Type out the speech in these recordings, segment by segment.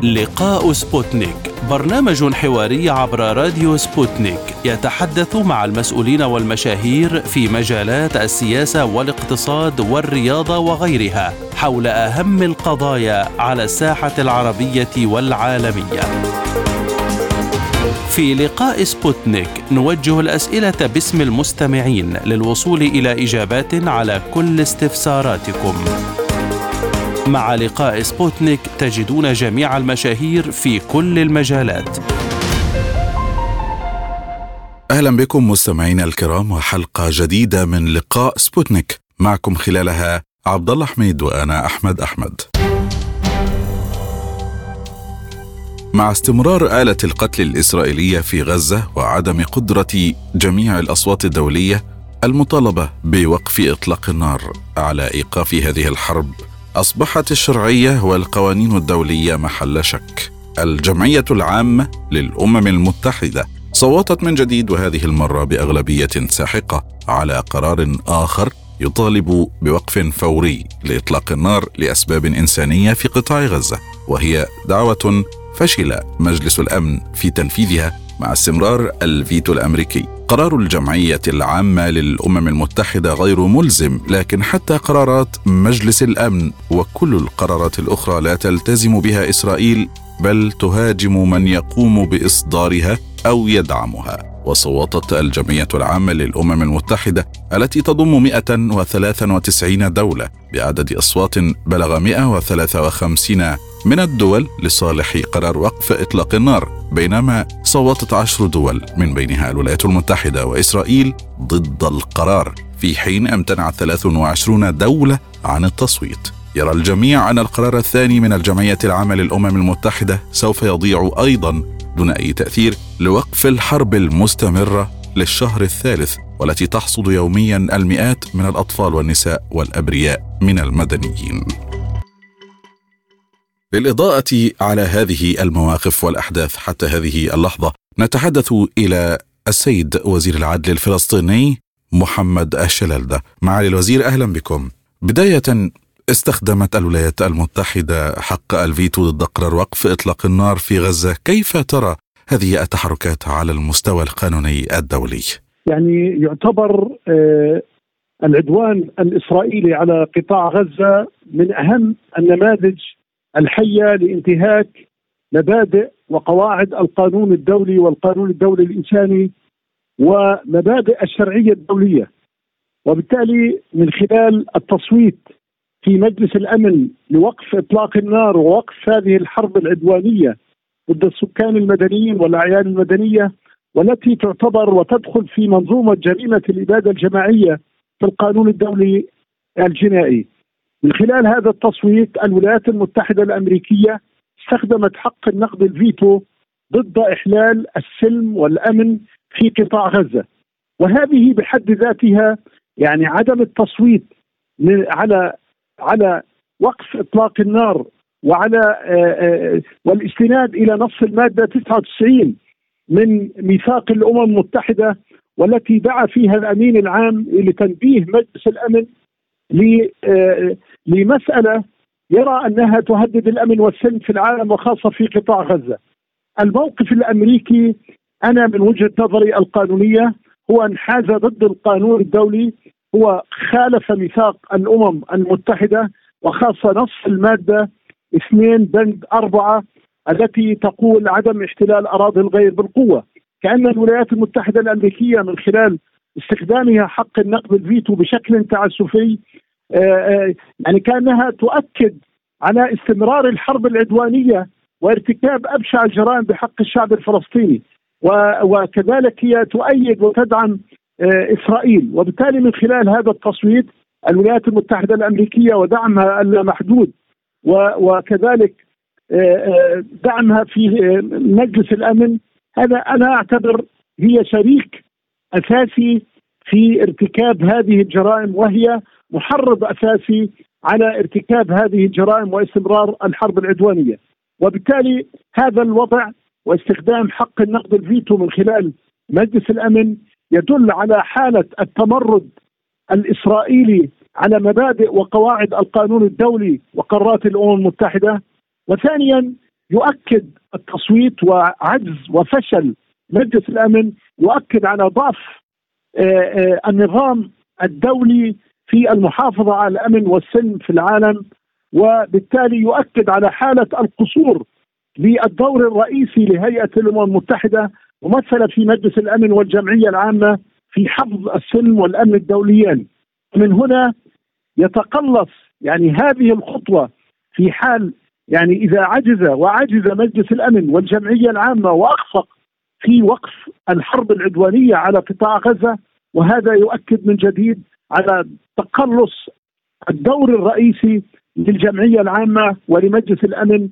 لقاء سبوتنيك، برنامج حواري عبر راديو سبوتنيك يتحدث مع المسؤولين والمشاهير في مجالات السياسة والاقتصاد والرياضة وغيرها حول أهم القضايا على الساحة العربية والعالمية. في لقاء سبوتنيك نوجه الأسئلة باسم المستمعين للوصول إلى إجابات على كل استفساراتكم. مع لقاء سبوتنيك تجدون جميع المشاهير في كل المجالات. أهلا بكم مستمعينا الكرام وحلقة جديدة من لقاء سبوتنيك، معكم خلالها عبد الله حميد وأنا أحمد. مع استمرار آلة القتل الإسرائيلية في غزة وعدم قدرة جميع الأصوات الدولية المطالبة بوقف إطلاق النار على إيقاف هذه الحرب، أصبحت الشرعية والقوانين الدولية محل شك. الجمعية العامة للأمم المتحدة صوتت من جديد، وهذه المرة بأغلبية ساحقة، على قرار آخر يطالب بوقف فوري لإطلاق النار لأسباب إنسانية في قطاع غزة، وهي دعوة فشل مجلس الأمن في تنفيذها مع استمرار الفيتو الأمريكي. قرار الجمعية العامة للأمم المتحدة غير ملزم، لكن حتى قرارات مجلس الأمن وكل القرارات الأخرى لا تلتزم بها إسرائيل، بل تهاجم من يقوم بإصدارها أو يدعمها. وصوتت الجمعية العامة للأمم المتحدة التي تضم 193 دولة بعدد أصوات بلغ 153 من الدول لصالح قرار وقف إطلاق النار، بينما صوتت 10 دول من بينها الولايات المتحدة وإسرائيل ضد القرار، في حين امتنعت 23 دولة عن التصويت. يرى الجميع أن القرار الثاني من الجمعية العامة للأمم المتحدة سوف يضيع أيضا دون أي تأثير لوقف الحرب المستمرة للشهر الثالث، والتي تحصد يوميا المئات من الأطفال والنساء والأبرياء من المدنيين. للإضاءة على هذه المواقف والأحداث حتى هذه اللحظة، نتحدث إلى السيد وزير العدل الفلسطيني محمد الشلالدة. معالي الوزير، أهلا بكم. بداية، استخدمت الولايات المتحدة حق الفيتو ضد قرار وقف إطلاق النار في غزة، كيف ترى هذه التحركات على المستوى القانوني الدولي؟ يعني يعتبر العدوان الإسرائيلي على قطاع غزة من أهم النماذج الحية لانتهاك مبادئ وقواعد القانون الدولي والقانون الدولي الإنساني ومبادئ الشرعية الدولية. وبالتالي من خلال التصويت في مجلس الأمن لوقف إطلاق النار ووقف هذه الحرب العدوانية ضد السكان المدنيين والأعيان المدنية، والتي تعتبر وتدخل في منظومة جريمة الإبادة الجماعية في القانون الدولي الجنائي، من خلال هذا التصويت الولايات المتحدة الأمريكية استخدمت حق النقد الفيتو ضد إحلال السلم والأمن في قطاع غزة. وهذه بحد ذاتها يعني عدم التصويت على وقف إطلاق النار وعلى والاستناد إلى نص المادة 99 من ميثاق الأمم المتحدة، والتي دعا فيها الأمين العام لتنبيه مجلس الأمن لمسألة يرى أنها تهدد الأمن والسلم في العالم وخاصة في قطاع غزة. الموقف الأمريكي أنا من وجهة نظري القانونية هو انحاز ضد القانون الدولي، هو خالف ميثاق الأمم المتحدة وخاصة نص المادة 2 بند 4 التي تقول عدم احتلال أراضي الغير بالقوة. كأن الولايات المتحدة الأمريكية من خلال استخدامها حق النقد الفيتو بشكل تعسفي يعني كأنها تؤكد على استمرار الحرب العدوانية وارتكاب أبشع الجرائم بحق الشعب الفلسطيني، وكذلك هي تؤيد وتدعم إسرائيل. وبالتالي من خلال هذا التصويت الولايات المتحدة الأمريكية ودعمها اللامحدود وكذلك دعمها في مجلس الأمن، هذا أنا أعتبر هي شريك أساسي في ارتكاب هذه الجرائم، وهي محرض أساسي على ارتكاب هذه الجرائم واستمرار الحرب العدوانية. وبالتالي هذا الوضع واستخدام حق النقد الفيتو من خلال مجلس الأمن يدل على حالة التمرد الإسرائيلي على مبادئ وقواعد القانون الدولي وقرارات الأمم المتحدة. وثانيا يؤكد التصويت وعجز وفشل مجلس الأمن، يؤكد على ضعف النظام الدولي في المحافظة على الأمن والسلم في العالم، وبالتالي يؤكد على حالة القصور بالدور الرئيسي لهيئة الأمم المتحدة ممثلة في مجلس الأمن والجمعية العامة في حفظ السلم والأمن الدوليين. من هنا يتقلص يعني هذه الخطوة في حال يعني إذا عجز مجلس الأمن والجمعية العامة وأخفق في وقف الحرب العدوانية على قطاع غزة، وهذا يؤكد من جديد على تقلص الدور الرئيسي للجمعية العامة ولمجلس الأمن.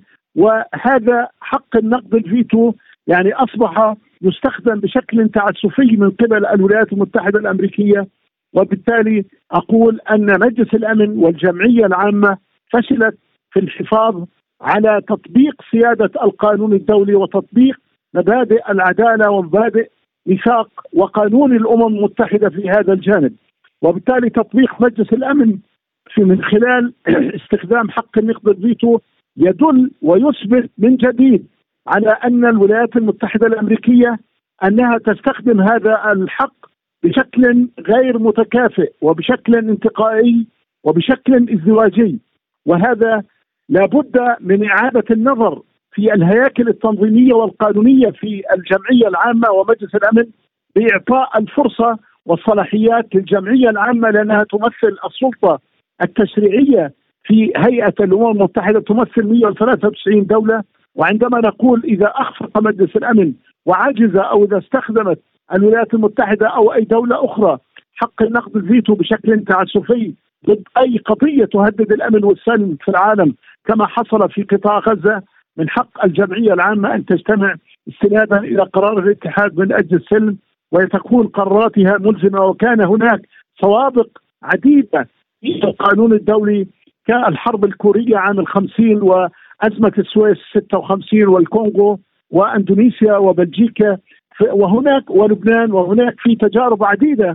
وهذا حق النقد الفيتو يعني أصبح يستخدم بشكل تعسفي من قبل الولايات المتحدة الأمريكية، وبالتالي أقول أن مجلس الأمن والجمعية العامة فشلت في الحفاظ على تطبيق سيادة القانون الدولي وتطبيق مبادئ العدالة ومبادئ ميثاق وقانون الأمم المتحدة في هذا الجانب. وبالتالي تطبيق مجلس الأمن من خلال استخدام حق النقد الفيتو يدل ويثبت من جديد على أن الولايات المتحدة الأمريكية أنها تستخدم هذا الحق بشكل غير متكافئ وبشكل انتقائي وبشكل ازدواجي، وهذا لابد من إعادة النظر في الهياكل التنظيمية والقانونية في الجمعية العامة ومجلس الأمن بإعطاء الفرصة والصلاحيات للجمعية العامة، لأنها تمثل السلطة التشريعية في هيئة الأمم المتحدة، تمثل 193 دولة. وعندما نقول إذا أخفق مجلس الأمن وعجز أو إذا استخدمت الولايات المتحدة أو أي دولة أخرى حق النقد الفيتو بشكل تعسفي ضد أي قضية تهدد الأمن والسلم في العالم كما حصل في قطاع غزة، من حق الجمعية العامة أن تجتمع استنادا إلى قرار الاتحاد من أجل السلم وتكون قراراتها ملزمة. وكان هناك سوابق عديدة في القانون الدولي كالحرب الكورية عام 50 وأزمة السويس 56 والكونغو وأندونيسيا وبلجيكا وهناك ولبنان، وهناك في تجارب عديدة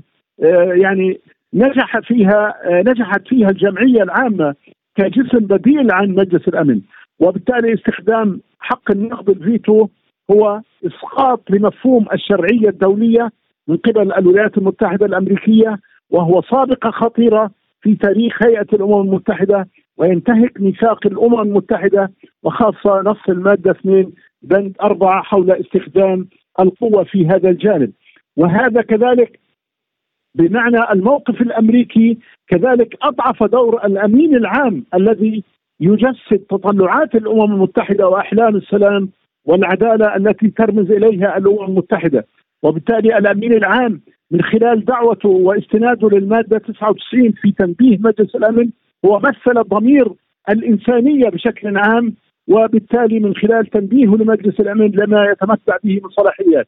يعني نجحت فيها الجمعية العامة كجسم بديل عن مجلس الأمن. وبالتالي استخدام حق النقد الفيتو هو إسقاط لمفهوم الشرعية الدولية من قبل الولايات المتحدة الأمريكية، وهو سابقة خطيرة في تاريخ هيئة الأمم المتحدة، وينتهك ميثاق الأمم المتحدة وخاصة نص المادة 2 بند 4 حول استخدام القوة في هذا الجانب. وهذا كذلك بمعنى الموقف الأمريكي كذلك أضعف دور الأمين العام الذي يجسد تطلعات الأمم المتحدة وأحلام السلام والعدالة التي ترمز إليها الأمم المتحدة. وبالتالي الأمين العام من خلال دعوته واستناده للمادة 99 في تنبيه مجلس الأمن هو مثل ضمير الإنسانية بشكل عام، وبالتالي من خلال تنبيهه لمجلس الأمن لما يتمتع به من صلاحيات.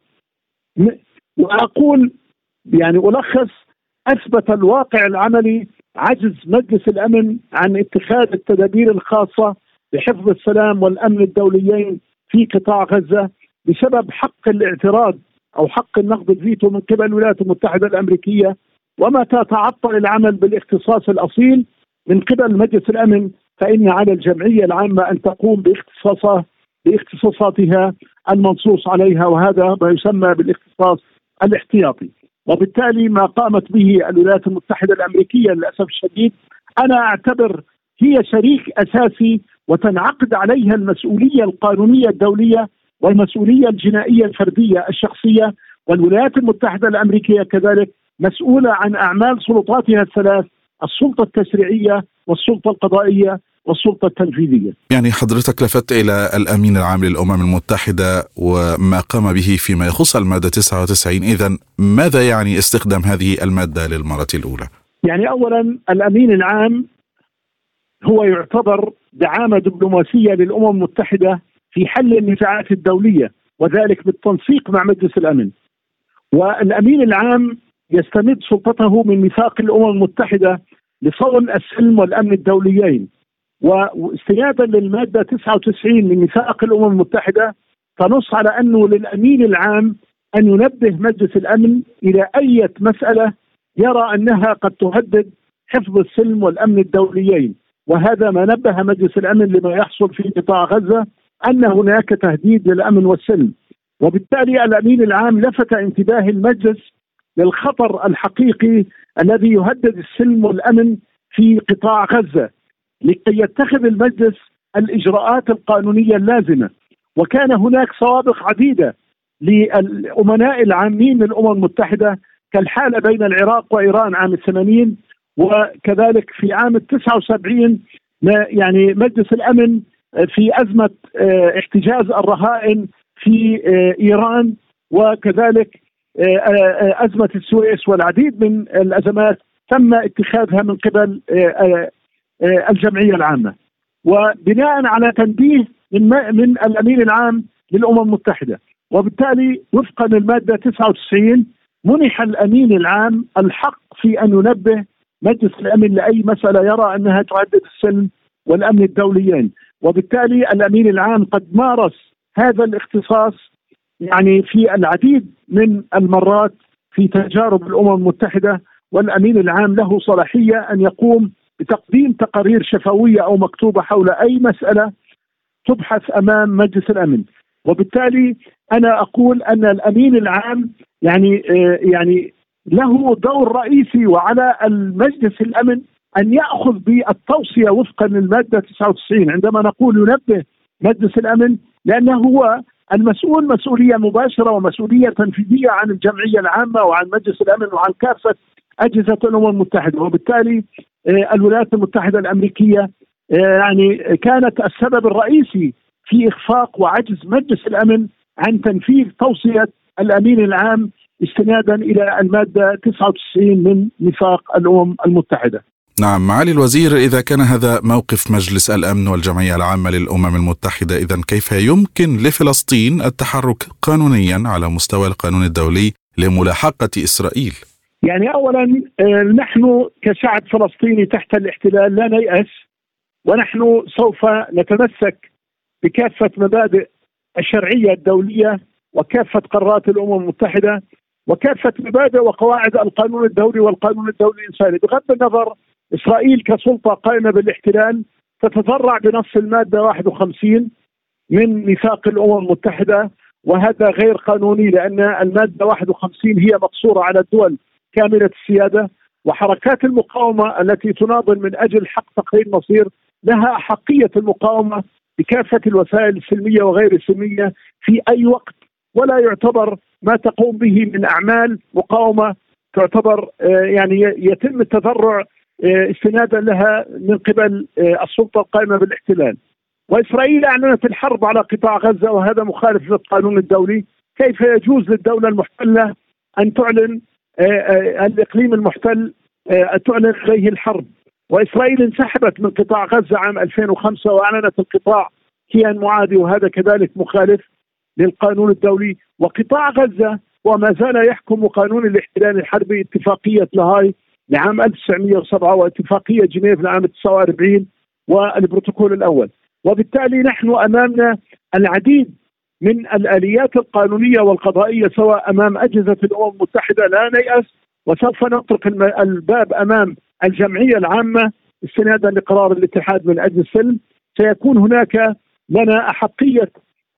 وأقول يعني ألخص، أثبت الواقع العملي عجز مجلس الأمن عن اتخاذ التدابير الخاصة بحفظ السلام والأمن الدوليين في قطاع غزة بسبب حق الاعتراض أو حق النقد الفيتو من قبل الولايات المتحدة الأمريكية. ومتى تعطل العمل بالاختصاص الأصيل من قبل مجلس الأمن فإن على الجمعية العامة أن تقوم باختصاصاتها المنصوص عليها، وهذا ما يسمى بالاختصاص الاحتياطي. وبالتالي ما قامت به الولايات المتحدة الأمريكية للأسف الشديد أنا أعتبر هي شريك أساسي وتنعقد عليها المسؤولية القانونية الدولية والمسؤولية الجنائية الفردية الشخصية. والولايات المتحدة الأمريكية كذلك مسؤولة عن أعمال سلطاتها الثلاث: السلطة التشريعية والسلطة القضائية والسلطة التنفيذية. يعني حضرتك لفت إلى الأمين العام للأمم المتحدة وما قام به فيما يخص المادة 99. إذن ماذا يعني استخدام هذه المادة للمرة الأولى؟ يعني أولا الأمين العام هو يعتبر دعامة دبلوماسية للأمم المتحدة في حل النزاعات الدولية، وذلك بالتنسيق مع مجلس الأمن. والأمين العام يستمد سلطته من ميثاق الأمم المتحدة لصون السلم والأمن الدوليين، واستنادا للمادة 99 من ميثاق الأمم المتحدة تنص على أنه للأمين العام أن ينبه مجلس الأمن إلى أي مسألة يرى أنها قد تهدد حفظ السلم والأمن الدوليين. وهذا ما نبه مجلس الأمن لما يحصل في قطاع غزة، أن هناك تهديد للأمن والسلم. وبالتالي الأمين العام لفت انتباه المجلس للخطر الحقيقي الذي يهدد السلم والأمن في قطاع غزة، لكي يتخذ المجلس الإجراءات القانونية اللازمة. وكان هناك سوابق عديدة للأمناء العامين للأمم المتحدة، كالحالة بين العراق وإيران عام 80، وكذلك في عام 79 يعني مجلس الأمن في أزمة احتجاز الرهائن في إيران، وكذلك أزمة السويس، والعديد من الأزمات تم اتخاذها من قبل الجمعية العامة، وبناء على تنبيه من الأمين العام للأمم المتحدة. وبالتالي وفقا للمادة 99 منح الأمين العام الحق في أن ينبه مجلس الأمن لأي مسألة يرى أنها تهدد السلم والأمن الدوليين. وبالتالي الأمين العام قد مارس هذا الاختصاص يعني في العديد من المرات في تجارب الأمم المتحدة، والأمين العام له صلاحية أن يقوم بتقديم تقارير شفوية أو مكتوبة حول أي مسألة تبحث أمام مجلس الأمن. وبالتالي أنا أقول أن الأمين العام يعني له دور رئيسي، وعلى المجلس الأمن أن يأخذ بالتوصية وفقا للمادة 99 عندما نقول ينبه مجلس الأمن، لأنه هو المسؤول مسؤولية مباشرة ومسؤولية تنفيذية عن الجمعية العامة وعن مجلس الأمن وعن كافة أجهزة الأمم المتحدة. وبالتالي الولايات المتحدة الأمريكية يعني كانت السبب الرئيسي في إخفاق وعجز مجلس الأمن عن تنفيذ توصية الأمين العام استنادا إلى المادة 99 من ميثاق الأمم المتحدة. نعم معالي الوزير، إذا كان هذا موقف مجلس الأمن والجمعية العامة للأمم المتحدة، إذن كيف يمكن لفلسطين التحرك قانونيا على مستوى القانون الدولي لملاحقة إسرائيل؟ يعني أولا نحن كشعب فلسطيني تحت الاحتلال لا نيأس، ونحن سوف نتمسك بكافة مبادئ الشرعية الدولية وكافة قرارات الأمم المتحدة وكافة مبادئ وقواعد القانون الدولي والقانون الدولي الإنساني، بغض النظر إسرائيل كسلطة قائمة بالاحتلال تتفرع بنص المادة 51 من ميثاق الأمم المتحدة، وهذا غير قانوني لأن المادة 51 هي مقصورة على الدول كاملة السيادة، وحركات المقاومة التي تناضل من أجل حق تقرير مصير لها أحقية المقاومة بكافة الوسائل السلمية وغير السلمية في أي وقت، ولا يعتبر ما تقوم به من أعمال مقاومة تعتبر يعني يتم التذرع استنادا لها من قبل السلطة القائمة بالاحتلال. وإسرائيل أعلنت الحرب على قطاع غزة، وهذا مخالف للقانون الدولي. كيف يجوز للدولة المحتلة أن تعلن الإقليم المحتل تعلن عليه الحرب؟ وإسرائيل انسحبت من قطاع غزة عام 2005 وأعلنت القطاع كيان معادي، وهذا كذلك مخالف للقانون الدولي. وقطاع غزة وما زال يحكم قانون الاحتلال الحربي، اتفاقية لاهاي لعام 1907 واتفاقية جنيف لعام 49 والبروتوكول الأول. وبالتالي نحن أمامنا العديد من الآليات القانونية والقضائية سواء أمام أجهزة الأمم المتحدة. لا نيأس، وسوف نطرق الباب أمام الجمعية العامة استنادا لقرار الاتحاد من أجل السلم. سيكون هناك لنا أحقية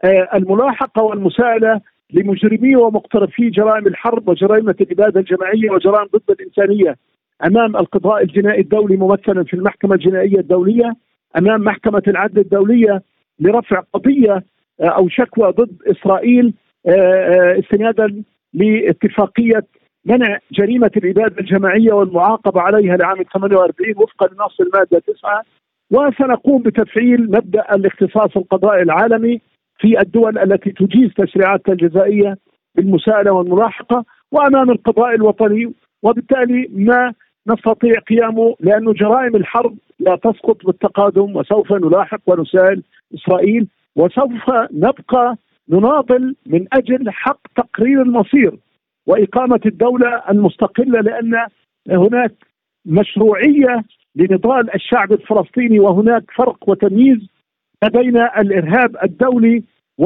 الملاحقة والمساءلة لمجرمي ومقترفي جرائم الحرب وجرائم الإبادة الجماعية وجرائم ضد الإنسانية أمام القضاء الجنائي الدولي، ممثلا في المحكمة الجنائية الدولية، أمام محكمة العدل الدولية لرفع قضية أو شكوى ضد إسرائيل استنادا لاتفاقية منع جريمة الإبادة الجماعية والمعاقبة عليها لعام 48 وفقا لنص المادة 9. وسنقوم بتفعيل مبدأ الاختصاص القضائي العالمي في الدول التي تجيز تشريعاتها الجزائية بالمساءلة والملاحقة وأمام القضاء الوطني. وبالتالي ما نستطيع قيامه، لأن جرائم الحرب لا تسقط بالتقادم، وسوف نلاحق ونسائل إسرائيل، وسوف نبقى نناضل من أجل حق تقرير المصير وإقامة الدولة المستقلة، لأن هناك مشروعية لنضال الشعب الفلسطيني، وهناك فرق وتمييز بين الإرهاب الدولي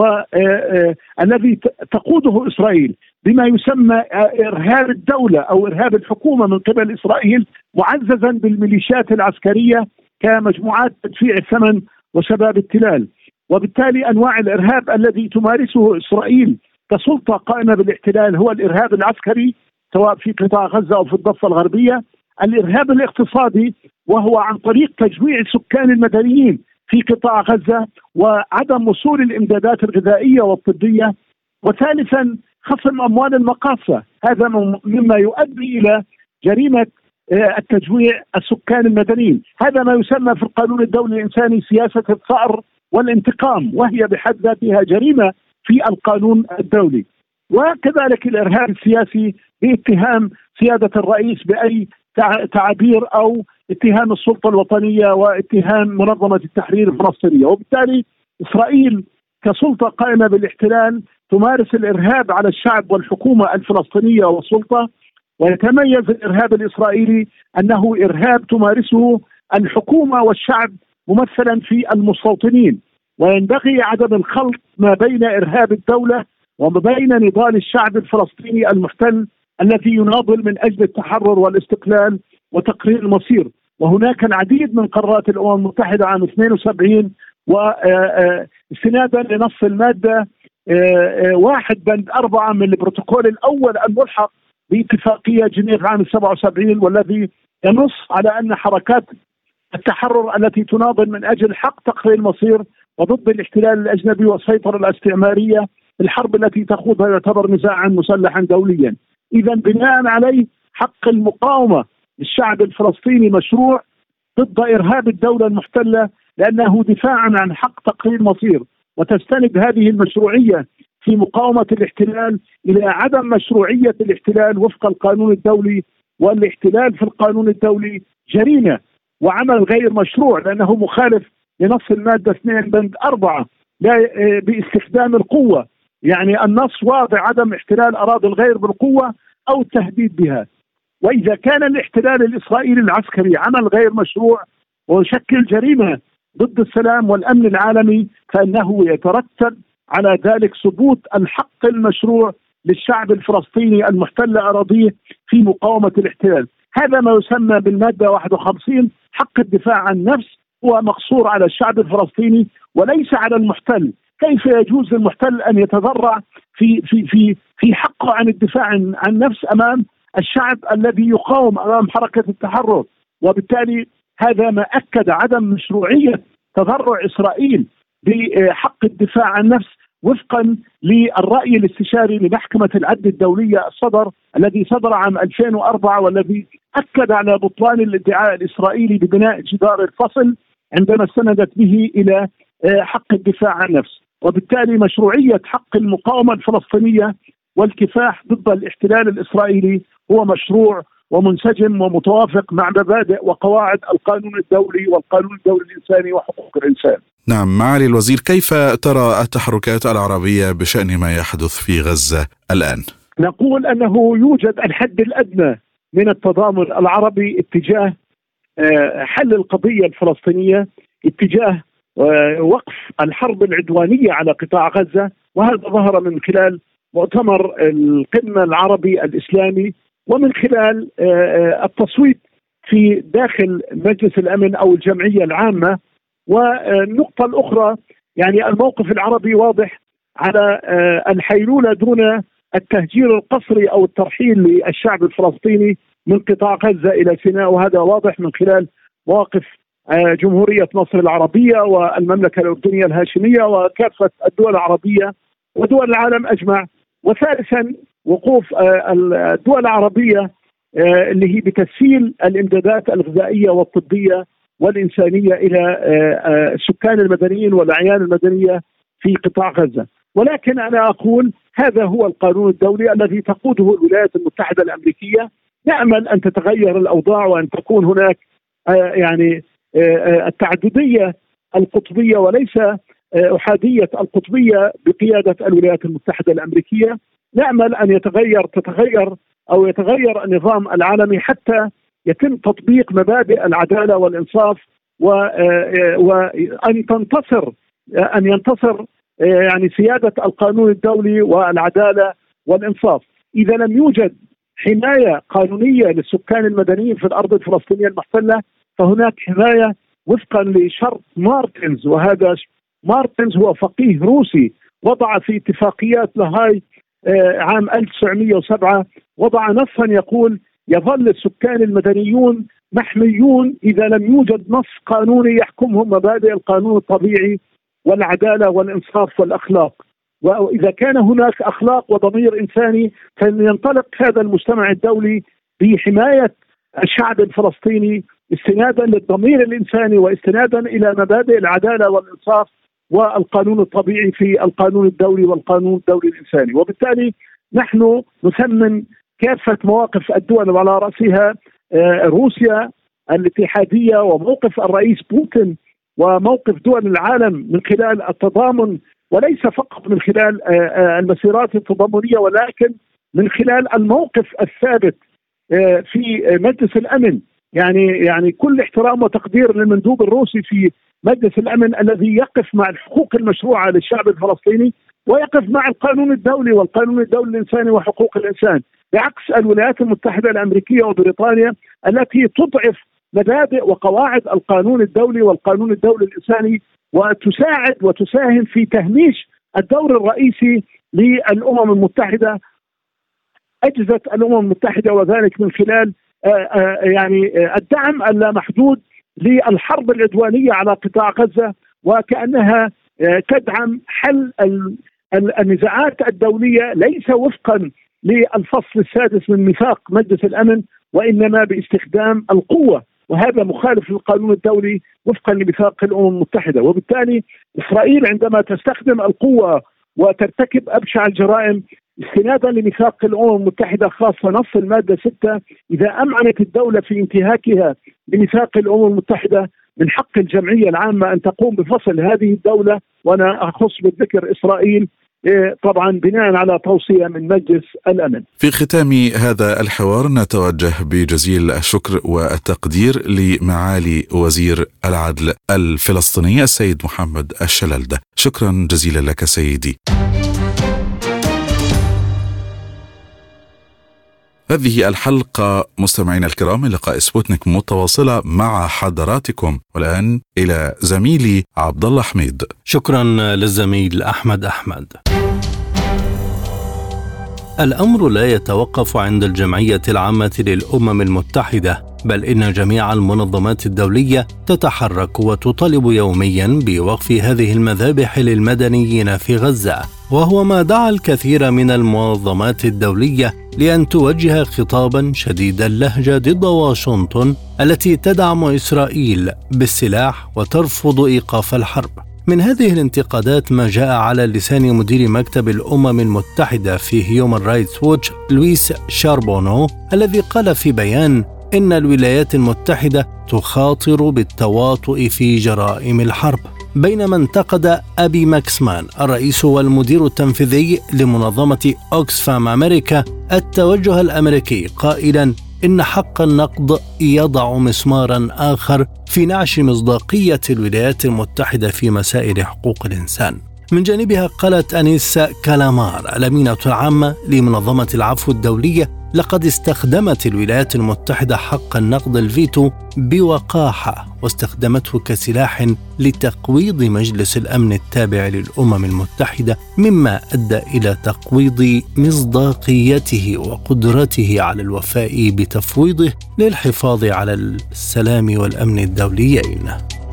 والذي تقوده إسرائيل بما يسمى إرهاب الدولة أو إرهاب الحكومة من قبل إسرائيل، معززا بالميليشيات العسكرية كمجموعات تدفيع الثمن وشباب التلال. وبالتالي أنواع الإرهاب الذي تمارسه إسرائيل كسلطة قائمة بالاحتلال هو الإرهاب العسكري سواء في قطاع غزة أو في الضفة الغربية، الإرهاب الاقتصادي وهو عن طريق تجويع السكان المدنيين في قطاع غزة وعدم وصول الإمدادات الغذائية والطبية، وثالثا خصم أموال المقاصة، هذا مما يؤدي إلى جريمة التجويع السكان المدنيين. هذا ما يسمى في القانون الدولي الإنساني سياسة الثأر والانتقام، وهي بحد ذاتها جريمة في القانون الدولي. وكذلك الإرهاب السياسي باتهام سيادة الرئيس بأي تعابير أو اتهام السلطة الوطنية واتهام منظمة التحرير الفلسطينية. وبالتالي إسرائيل كسلطة قائمة بالاحتلال تمارس الإرهاب على الشعب والحكومة الفلسطينية والسلطة. ويتميز الإرهاب الإسرائيلي أنه إرهاب تمارسه الحكومة والشعب ممثلا في المستوطنين، وينبغي عدم الخلط ما بين إرهاب الدولة وما بين نضال الشعب الفلسطيني المحتل الذي يناضل من أجل التحرر والاستقلال وتقرير المصير. وهناك العديد من قرارات الأمم المتحدة عام 72 واستنادا لنص المادة 1.4 من البروتوكول الأول الملحق باتفاقية جنيف عام 77 والذي ينص على أن حركات التحرر التي تناضل من أجل حق تقرير المصير وضد الاحتلال الأجنبي والسيطرة الاستعمارية الحرب التي تخوضها يعتبر نزاعا مسلحا دوليا. إذا بناء عليه حق المقاومة للشعب الفلسطيني مشروع ضد إرهاب الدولة المحتلة لأنه دفاعا عن حق تقرير مصير، وتستند هذه المشروعية في مقاومة الاحتلال إلى عدم مشروعية الاحتلال وفق القانون الدولي، والاحتلال في القانون الدولي جريمة وعمل غير مشروع لأنه مخالف لنص المادة 2.4 باستخدام القوة. يعني النص واضح عدم احتلال أراضي الغير بالقوة أو التهديد بها. وإذا كان الاحتلال الإسرائيلي العسكري عمل غير مشروع ويشكل جريمة ضد السلام والأمن العالمي فإنه يترتب على ذلك ثبوت الحق المشروع للشعب الفلسطيني المحتل أراضيه في مقاومة الاحتلال. هذا ما يسمى بالمادة 51 حق الدفاع عن النفس، هو مقصور على الشعب الفلسطيني وليس على المحتل. كيف يجوز للمحتل أن يتذرع في حقه عن الدفاع عن النفس أمام الشعب الذي يقاوم أمام حركة التحرر؟ وبالتالي هذا ما أكد عدم مشروعية تذرع إسرائيل بحق الدفاع عن النفس وفقا للرأي الاستشاري لمحكمة العدل الدولية الذي صدر عام 2004 والذي أكد على بطلان الادعاء الإسرائيلي ببناء جدار الفصل عندما استندت به إلى حق الدفاع عن النفس. وبالتالي مشروعية حق المقاومة الفلسطينية والكفاح ضد الاحتلال الإسرائيلي هو مشروع ومنسجم ومتوافق مع مبادئ وقواعد القانون الدولي والقانون الدولي الإنساني وحقوق الإنسان. نعم، معالي الوزير، كيف ترى التحركات العربية بشأن ما يحدث في غزة الآن؟ نقول أنه يوجد الحد الأدنى من التضامن العربي اتجاه حل القضية الفلسطينية، اتجاه وقف الحرب العدوانية على قطاع غزة. وهذا ظهر من خلال مؤتمر القمة العربي الإسلامي ومن خلال التصويت في داخل مجلس الأمن أو الجمعية العامة. والنقطة الأخرى يعني الموقف العربي واضح على الحيلولة دون التهجير القسري أو الترحيل للشعب الفلسطيني من قطاع غزة إلى سيناء، وهذا واضح من خلال مواقف جمهورية مصر العربية والمملكة الأردنية الهاشمية وكافة الدول العربية ودول العالم أجمع. وثالثا وقوف الدول العربية اللي هي بتسهيل الإمدادات الغذائية والطبية والإنسانية إلى السكان المدنيين والأعيان المدنية في قطاع غزة. ولكن أنا أقول هذا هو القانون الدولي الذي تقوده الولايات المتحدة الأمريكية. نأمل أن تتغير الأوضاع وأن تكون هناك يعني التعددية القطبية وليس أحادية القطبية بقيادة الولايات المتحدة الأمريكية. نأمل أن يتغير النظام العالمي حتى يتم تطبيق مبادئ العدالة والإنصاف وأن ينتصر يعني سيادة القانون الدولي والعدالة والإنصاف. إذا لم يوجد حماية قانونية للسكان المدنيين في الأرض الفلسطينية المحتلة فهناك حماية وفقا لشرط مارتنز، وهذا مارتنز هو فقيه روسي، وضع في اتفاقيات لاهاي عام 1907 وضع نصا يقول: يظل السكان المدنيون محميون إذا لم يوجد نص قانوني يحكمهم مبادئ القانون الطبيعي والعدالة والإنصاف والأخلاق. وإذا كان هناك أخلاق وضمير إنساني فلينطلق هذا المجتمع الدولي بحماية الشعب الفلسطيني استنادا للضمير الإنساني واستنادا إلى مبادئ العدالة والإنصاف والقانون الطبيعي في القانون الدولي والقانون الدولي الإنساني. وبالتالي نحن نثمن كافة مواقف الدول وعلى رأسها روسيا الاتحادية، وموقف الرئيس بوتين، وموقف دول العالم من خلال التضامن، وليس فقط من خلال المسيرات التضامنية ولكن من خلال الموقف الثابت في مجلس الأمن. يعني كل احترام وتقدير للمندوب الروسي في مجلس الأمن الذي يقف مع الحقوق المشروعة للشعب الفلسطيني ويقف مع القانون الدولي والقانون الدولي الإنساني وحقوق الإنسان، بعكس الولايات المتحدة الأمريكية وبريطانيا التي تضعف مبادئ وقواعد القانون الدولي والقانون الدولي الإنساني وتساعد وتساهم في تهميش الدور الرئيسي للأمم المتحدة. أجهزة الأمم المتحدة وذلك من خلال الدعم اللامحدود للحرب العدوانية على قطاع غزة، وكأنها تدعم حل النزاعات الدولية ليس وفقا للفصل السادس من ميثاق مجلس الأمن وإنما باستخدام القوة، وهذا مخالف للقانون الدولي وفقا لميثاق الأمم المتحدة. وبالتالي إسرائيل عندما تستخدم القوة وترتكب أبشع الجرائم استنادا لميثاق الأمم المتحدة، خاصة نص المادة 6، إذا أمعنت الدولة في انتهاكها لميثاق الأمم المتحدة من حق الجمعية العامة أن تقوم بفصل هذه الدولة، وأنا أخص بالذكر إسرائيل طبعا بناء على توصية من مجلس الأمن. في ختام هذا الحوار نتوجه بجزيل الشكر والتقدير لمعالي وزير العدل الفلسطيني السيد محمد الشلالدة. شكرا جزيلا لك سيدي. هذه الحلقة مستمعينا الكرام من لقاء سبوتنيك متواصلة مع حضراتكم، والآن إلى زميلي عبد الله حميد. شكرا للزميل أحمد. الأمر لا يتوقف عند الجمعية العامة للأمم المتحدة، بل إن جميع المنظمات الدولية تتحرك وتطالب يوميا بوقف هذه المذابح للمدنيين في غزة، وهو ما دعا الكثير من المنظمات الدولية لأن توجه خطابا شديد اللهجة ضد واشنطن التي تدعم إسرائيل بالسلاح وترفض إيقاف الحرب. من هذه الانتقادات ما جاء على لسان مدير مكتب الأمم المتحدة في هيومن رايتس ووتش لويس شاربونو، الذي قال في بيان إن الولايات المتحدة تخاطر بالتواطؤ في جرائم الحرب، بينما انتقد أبي ماكسمان الرئيس والمدير التنفيذي لمنظمة أوكسفام أمريكا التوجه الأمريكي، قائلا إن حق النقد يضع مسمارا آخر في نعش مصداقية الولايات المتحدة في مسائل حقوق الإنسان. من جانبها قالت أنيس كالامار الأمينة العامة لمنظمة العفو الدولية: لقد استخدمت الولايات المتحدة حق النقد الفيتو بوقاحة واستخدمته كسلاح لتقويض مجلس الأمن التابع للأمم المتحدة، مما أدى إلى تقويض مصداقيته وقدرته على الوفاء بتفويضه للحفاظ على السلام والأمن الدوليين.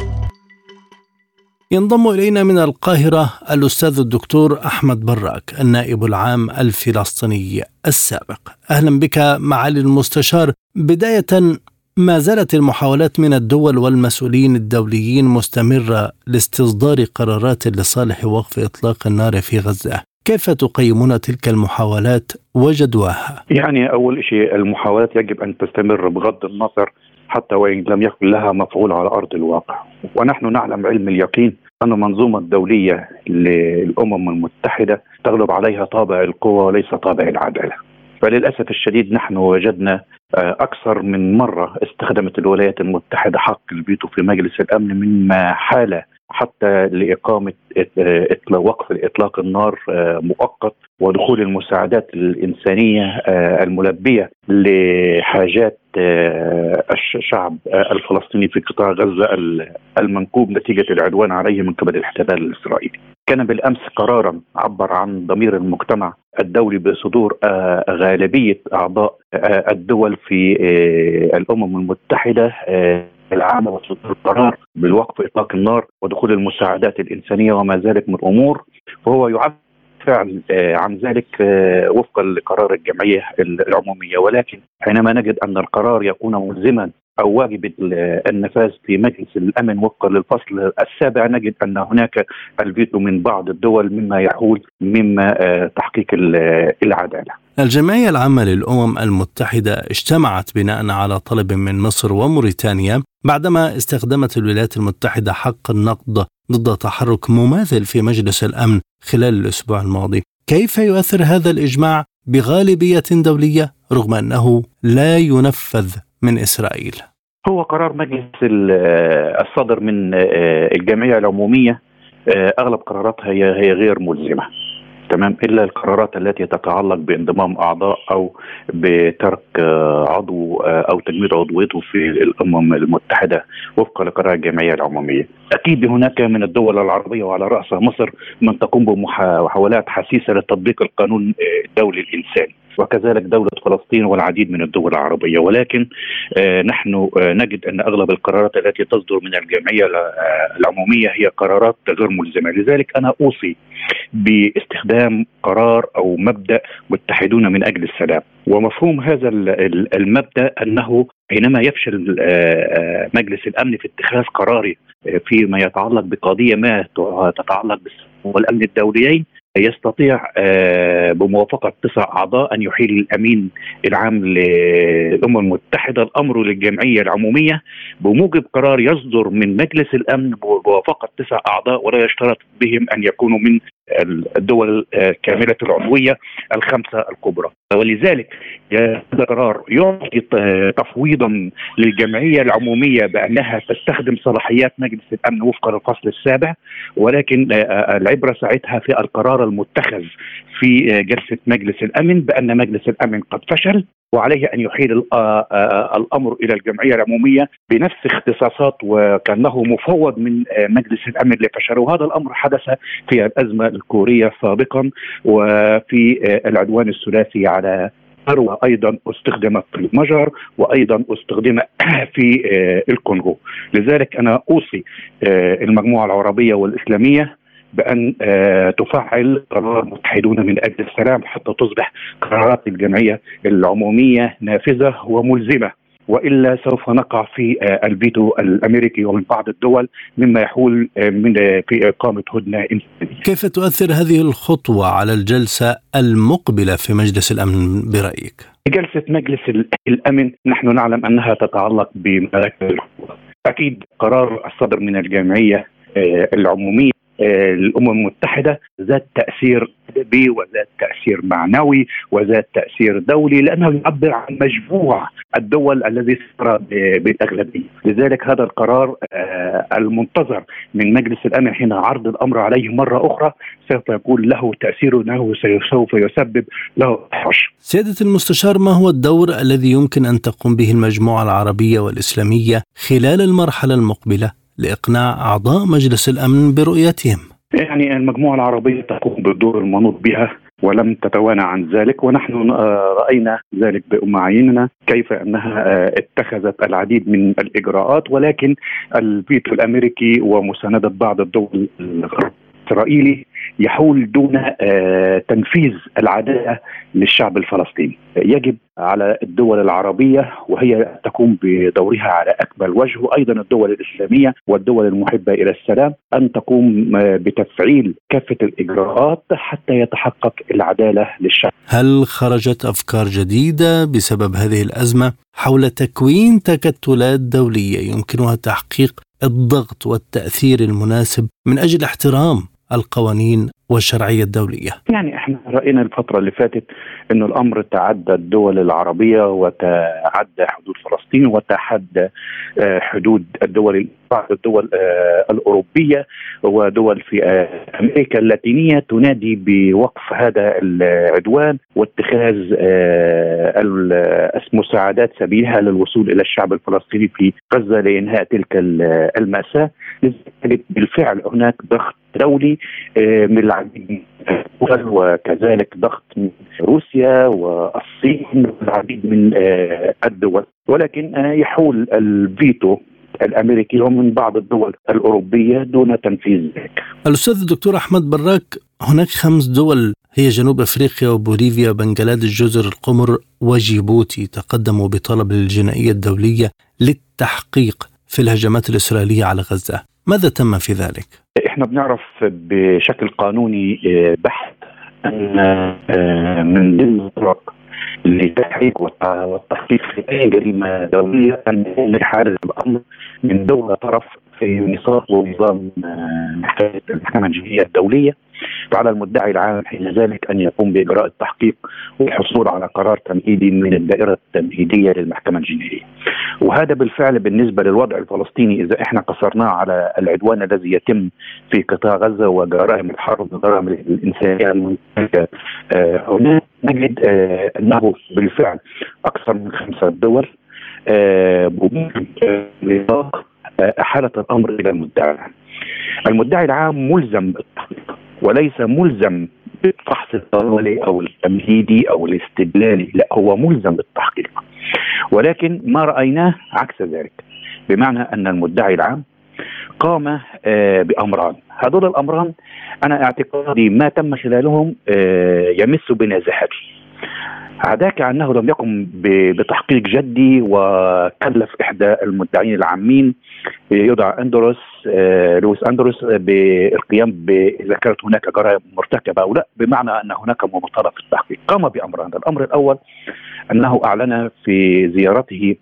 ينضم إلينا من القاهرة الأستاذ الدكتور أحمد براك النائب العام الفلسطيني السابق. أهلا بك معالي المستشار. بداية، ما زالت المحاولات من الدول والمسؤولين الدوليين مستمرة لاستصدار قرارات لصالح وقف إطلاق النار في غزة، كيف تقيمون تلك المحاولات وجدواها؟ أول شيء المحاولات يجب أن تستمر بغض النظر حتى وإن لم يكن لها مفعول على أرض الواقع، ونحن نعلم علم اليقين أن المنظومة الدولية للأمم المتحدة تغلب عليها طابع القوة وليس طابع العدالة. فللأسف الشديد نحن وجدنا أكثر من مرة استخدمت الولايات المتحدة حق الفيتو في مجلس الأمن، مما حال حتى لإقامة وقف الإطلاق النار مؤقت، ودخول المساعدات الإنسانية الملبية لحاجات الشعب الفلسطيني في قطاع غزة المنكوب نتيجة العدوان عليه من قبل الاحتلال الإسرائيلي. كان بالأمس قرارا عبر عن ضمير المجتمع الدولي بصدور غالبية أعضاء الدول في الأمم المتحدة العامة وصدور القرار بالوقف إطلاق النار ودخول المساعدات الإنسانية وما ذلك من أمور، فهو يعبر فعل عن ذلك وفقا لقرار الجمعية العمومية. ولكن حينما نجد أن القرار يكون ملزما أو واجب النفاذ في مجلس الأمن وفقا للفصل 7 نجد أن هناك الفيتو من بعض الدول مما يحول مما تحقيق العدالة. الجمعية العامة للأمم المتحدة اجتمعت بناء على طلب من مصر وموريتانيا بعدما استخدمت الولايات المتحدة حق النقد ضد تحرك مماثل في مجلس الأمن خلال الأسبوع الماضي. كيف يؤثر هذا الإجماع بغالبية دولية رغم أنه لا ينفذ من إسرائيل؟ هو قرار مجلس الصدر من الجمعية العمومية أغلب قراراتها هي غير ملزمة، تمام، إلا القرارات التي تتعلق بانضمام أعضاء أو بترك عضو أو تجميد عضويته في الأمم المتحدة وفقا لقرار الجمعية العمومية. أكيد هناك من الدول العربية وعلى رأسها مصر من تقوم بمحاولات حسيسة لتطبيق القانون الدولي الإنساني، وكذلك دولة فلسطين والعديد من الدول العربية. ولكن نحن نجد أن أغلب القرارات التي تصدر من الجمعية العمومية هي قرارات غير ملزمة. لذلك أنا أوصي باستخدام قرار أو مبدأ متحدون من أجل السلام. ومفهوم هذا المبدأ أنه حينما يفشل مجلس الأمن في اتخاذ قرار فيما يتعلق بقضية ما تتعلق بالسلام والأمن الدوليين، يستطيع بموافقة 9 أعضاء أن يحيل الأمين العام للأمم المتحدة الأمر للجمعية العمومية بموجب قرار يصدر من مجلس الأمن بموافقة 9 أعضاء، ولا يشترط بهم أن يكونوا من الدول كاملة العضوية ال5 الكبرى. ولذلك هذا القرار يعطي تفويضا للجمعية العمومية بأنها تستخدم صلاحيات مجلس الأمن وفقا للفصل 7، ولكن العبرة ساعتها في القرار المتخذ في جلسة مجلس الأمن بأن مجلس الأمن قد فشل وعليه أن يحيل الأمر إلى الجمعية العمومية بنفس اختصاصات وكأنه مفوض من مجلس الأمن لفشله. وهذا الأمر حدث في الأزمة الكورية سابقا وفي العدوان الثلاثي على ثروة أيضا استخدمت في المجر وأيضا استخدم في الكونغو. لذلك أنا أوصي المجموعة العربية والإسلامية بأن تفعل قرار متحدون من أجل السلام حتى تصبح قرارات الجمعية العمومية نافذة وملزمة، وإلا سوف نقع في الفيتو الأمريكي ومن بعض الدول مما يحول في إقامة هدنة إنسانية. كيف تؤثر هذه الخطوة على الجلسة المقبلة في مجلس الأمن برأيك؟ جلسة مجلس الأمن نحن نعلم أنها تتعلق بمراكز الحكومة. أكيد قرار الصدر من الجمعية العمومية الأمم المتحدة ذات تأثير أدبي وذات تأثير معنوي وذات تأثير دولي، لأنه يعبر عن مجموع الدول الذي سار بالأغلبية. لذلك هذا القرار المنتظر من مجلس الأمن حين عرض الأمر عليه مرة أخرى سوف يكون له تأثير أنه سوف يسبب له حش. سيادة المستشار، ما هو الدور الذي يمكن أن تقوم به المجموعة العربية والإسلامية خلال المرحلة المقبلة لإقناع أعضاء مجلس الأمن برؤيتهم؟ يعني المجموعة العربية تقوم بالدور المنوط بها ولم تتوانى عن ذلك، ونحن رأينا ذلك بأعيننا كيف أنها اتخذت العديد من الإجراءات، ولكن الفيتو الأمريكي ومساندة بعض الدول الإسرائيلي يحول دون تنفيذ العدالة للشعب الفلسطيني. يجب على الدول العربية وهي تقوم بدورها على أكمل وجه، وأيضا الدول الإسلامية والدول المحبة إلى السلام أن تقوم بتفعيل كافة الإجراءات حتى يتحقق العدالة للشعب. هل خرجت أفكار جديدة بسبب هذه الأزمة حول تكوين تكتلات دولية يمكنها تحقيق الضغط والتأثير المناسب من أجل احترام القوانين والشرعية الدولية؟ يعني احنا رأينا الفترة اللي فاتت انه الامر تعدى الدول العربية وتعدى حدود فلسطين وتعدى حدود الدول بعض الدول الأوروبية ودول في أمريكا اللاتينية تنادي بوقف هذا العدوان واتخاذ المساعدات سبيلها للوصول إلى الشعب الفلسطيني في غزة لإنهاء تلك المأساة. بالفعل هناك ضغط دولي من العديد من الدول، وكذلك ضغط من روسيا والصين والعديد من الدول، ولكن يحول الفيتو الأمريكي ومن بعض الدول الأوروبية دون تنفيذ ذلك. الأستاذ الدكتور أحمد براك، هناك 5 دول هي جنوب أفريقيا وبوليفيا وبنغلاديش جزر القمر وجيبوتي تقدموا بطلب للجنائية الدولية للتحقيق في الهجمات الإسرائيلية على غزة، ماذا تم في ذلك؟ احنا بنعرف بشكل قانوني بحث أن من ضمن الطرق للتحقيق والتحقيق في أي جريمة دولية أن يحارب الأمر من دولة طرف في نصاب ونظام المحكمة الجنائية الدولية، فعلى المدعي العام حين ذلك أن يقوم بإجراء التحقيق والحصول على قرار تمهيدي من الدائرة التمهيدية للمحكمة الجنائية. وهذا بالفعل بالنسبة للوضع الفلسطيني إذا إحنا قصرناه على العدوان الذي يتم في قطاع غزة وجرائم الحرب وجرائم الإنسانية المنتهكة هنا، نجد أنه بالفعل أكثر من 5 دول بنطاق أحالت الأمر إلى المدعي العام. المدعي العام ملزم بالتحقيق وليس ملزم بالفحص الطوالي أو التمهيدي أو الاستدلالي، لا، هو ملزم بالتحقيق. ولكن ما رأيناه عكس ذلك، بمعنى أن المدعي العام قام بأمران. هذول الأمران أنا اعتقادي ما تم خلالهم يمس بنزاهته. عداك أنه لم يقم بتحقيق جدي وكلف إحدى المدعين العامين يدعى لويس أندروس بالقيام إذا كانت هناك جرائم مرتكبة أو لا، بمعنى أن هناك مماطلة في التحقيق. قام بأمران. الأمر الأول أنه أعلن في زيارته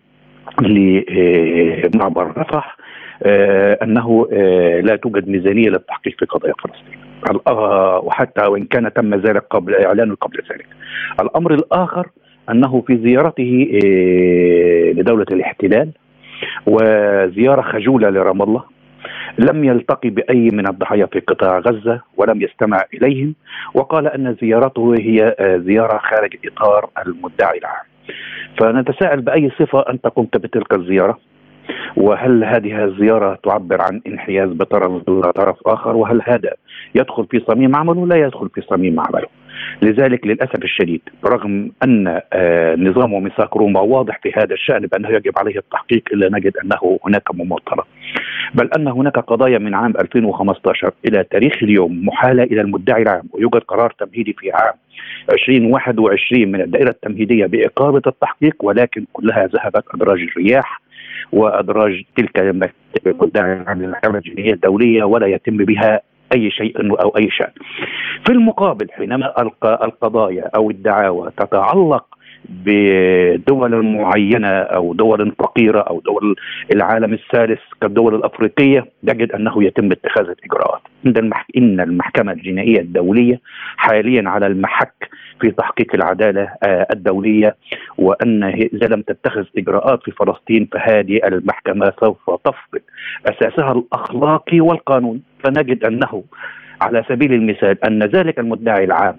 لمعبر رفح أنه لا توجد ميزانية للتحقيق في قضايا فلسطين، وحتى وإن كان تم ذلك قبل إعلانه قبل ذلك. الأمر الآخر أنه في زيارته لدولة الاحتلال وزيارة خجولة لرام الله لم يلتقي بأي من الضحايا في قطاع غزة ولم يستمع إليهم، وقال أن زيارته هي زيارة خارج إطار المدعي العام. فنتساءل بأي صفة أنت قمت بتلك الزيارة؟ وهل هذه الزيارة تعبر عن انحياز بطرف دون طرف آخر؟ وهل هذا يدخل في صميم عمله؟ لا يدخل في صميم عمله. لذلك للأسف الشديد رغم أن نظام وميثاق روما واضح في هذا الشأن بأنه يجب عليه التحقيق، إلا نجد أنه هناك مماطلة، بل أن هناك قضايا من عام 2015 إلى تاريخ اليوم محالة إلى المدعي العام، ويوجد قرار تمهيدي في عام 2021 من الدائرة التمهيدية بإقامة التحقيق، ولكن كلها ذهبت أدراج الرياح وأدراج تلك المدعي العام للمحكمة الجنائية الدولية ولا يتم بها أي شيء أو أي شأن. في المقابل حينما القضايا أو الدعاوى تتعلق بدول معينة أو دول فقيرة أو دول العالم الثالث كالدول الأفريقية، نجد أنه يتم اتخاذ الإجراءات. إن المحكمة الجنائية الدولية حاليا على المحك في تحقيق العدالة الدولية، وأن إذا لم تتخذ إجراءات في فلسطين فهذه المحكمة سوف تفقد أساسها الأخلاقي والقانوني. فنجد أنه على سبيل المثال أن ذلك المدعي العام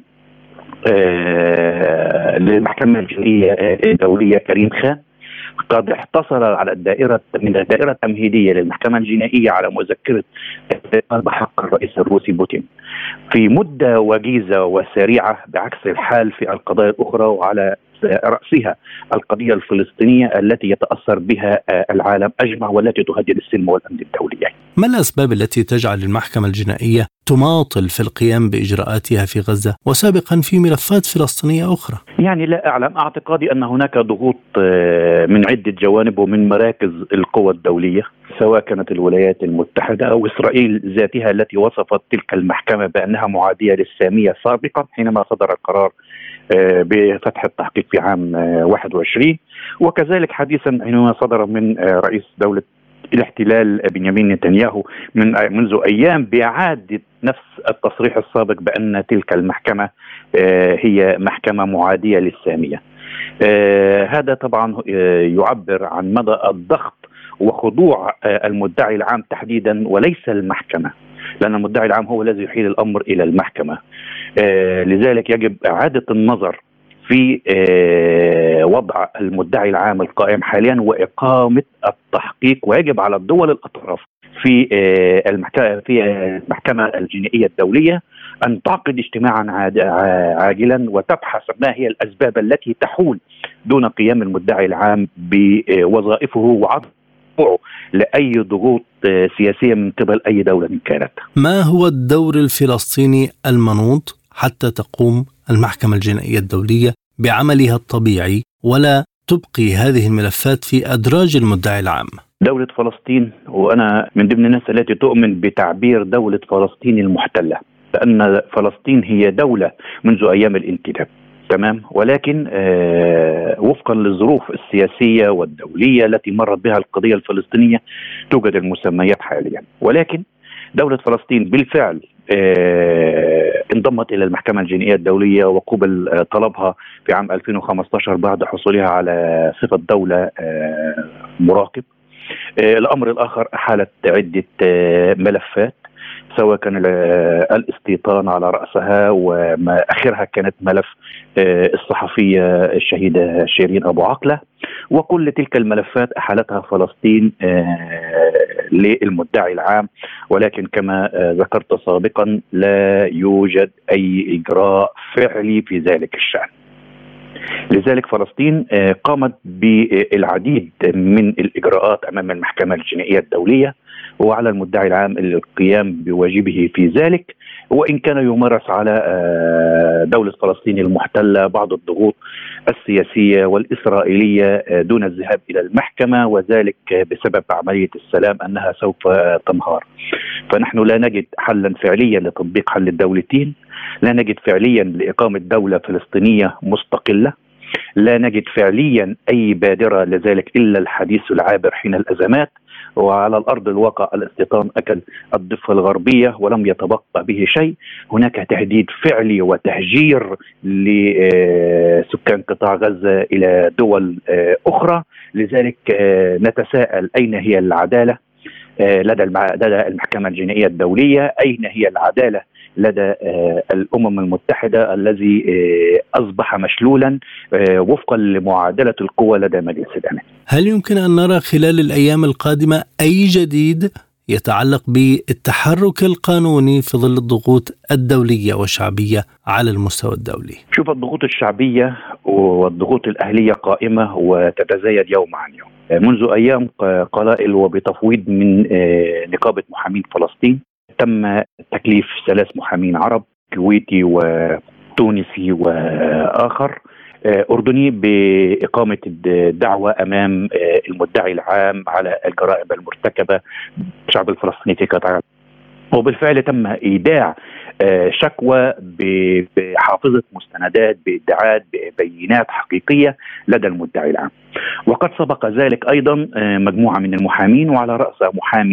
للمحكمة الجنائية الدولية كريم خان قد احتصر على من الدائرة التمهيدية للمحكمة الجنائية على مذكرة بحق الرئيس الروسي بوتين في مدة وجيزة وسريعة، بعكس الحال في القضايا الأخرى، وعلى رأسها القضية الفلسطينية التي يتأثر بها العالم أجمع والتي تهدد السلم والأمن الدولي. ما الأسباب التي تجعل المحكمة الجنائية تماطل في القيام بإجراءاتها في غزة وسابقا في ملفات فلسطينية أخرى؟ يعني لا أعلم، أعتقادي أن هناك ضغوط من عدة جوانب ومن مراكز القوى الدولية، سواء كانت الولايات المتحدة أو إسرائيل ذاتها التي وصفت تلك المحكمة بأنها معادية للسامية سابقا حينما صدر القرار بفتح التحقيق في عام 21، وكذلك حديثا حينما صدر من رئيس دولة الاحتلال بنيامين نتنياهو منذ أيام بإعادة نفس التصريح السابق بأن تلك المحكمة هي محكمة معادية للسامية. هذا طبعا يعبر عن مدى الضغط وخضوع المدعي العام تحديدا وليس المحكمة، لأن المدعي العام هو الذي يحيل الأمر إلى المحكمة. لذلك يجب إعادة النظر في وضع المدعي العام القائم حاليا وإقامة التحقيق، ويجب على الدول الأطراف في المحكمة الجنائية الدولية أن تعقد اجتماعا عاجلا وتبحث ما هي الأسباب التي تحول دون قيام المدعي العام بوظائفه وعدم لأي ضغوط سياسية من قبل أي دولة كانت. ما هو الدور الفلسطيني المنوط حتى تقوم المحكمة الجنائية الدولية بعملها الطبيعي ولا تبقي هذه الملفات في أدراج المدعي العام؟ دولة فلسطين، وأنا من ضمن الناس التي تؤمن بتعبير دولة فلسطين المحتلة، لأن فلسطين هي دولة منذ أيام الانتداب، تمام، ولكن وفقا للظروف السياسية والدولية التي مرت بها القضية الفلسطينية توجد المسميات حاليا، ولكن دولة فلسطين بالفعل انضمت إلى المحكمة الجنائية الدولية وقبل طلبها في عام 2015 بعد حصولها على صفة دولة مراقب. الأمر الآخر أحالت عدة ملفات، سواء كان الاستيطان على رأسها، وما آخرها كانت ملف الصحفية الشهيدة شيرين أبو عقلة، وكل تلك الملفات أحالتها فلسطين للمدعي العام، ولكن كما ذكرت سابقا لا يوجد أي إجراء فعلي في ذلك الشأن. لذلك فلسطين قامت بالعديد من الإجراءات أمام المحكمة الجنائية الدولية، وعلى المدعي العام القيام بواجبه في ذلك، وإن كان يمارس على دولة فلسطين المحتلة بعض الضغوط السياسية والإسرائيلية دون الذهاب إلى المحكمة، وذلك بسبب عملية السلام أنها سوف تنهار. فنحن لا نجد حلا فعليا لتطبيق حل الدولتين، لا نجد فعليا لإقامة دولة فلسطينية مستقلة، لا نجد فعليا أي بادرة لذلك إلا الحديث العابر حين الأزمات، وعلى الأرض الواقع الاستيطان أكل الضفة الغربية ولم يتبقى به شيء. هناك تهديد فعلي وتهجير لسكان قطاع غزة إلى دول أخرى. لذلك نتساءل أين هي العدالة لدى المحكمة الجنائية الدولية؟ أين هي العدالة لدى الأمم المتحدة الذي أصبح مشلولا وفقا لمعادلة القوى لدى مجلس الأمن؟ هل يمكن أن نرى خلال الأيام القادمة أي جديد يتعلق بالتحرك القانوني في ظل الضغوط الدولية والشعبية على المستوى الدولي؟ شوف، الضغوط الشعبية والضغوط الأهلية قائمة وتتزايد يوم عن يوم. منذ أيام قلائل وبتفويض من نقابة محامين فلسطين تم تكليف 3 محامين عرب، كويتي وتونسي وآخر أردني، بإقامة الدعوة أمام المدعي العام على الجرائم المرتكبة بالشعب الفلسطيني في قطاع. وبالفعل تم إيداع شكوى بحافظة مستندات بإدعاءات ببينات حقيقية لدى المدعي العام. وقد سبق ذلك أيضا مجموعة من المحامين، وعلى رأسها محامي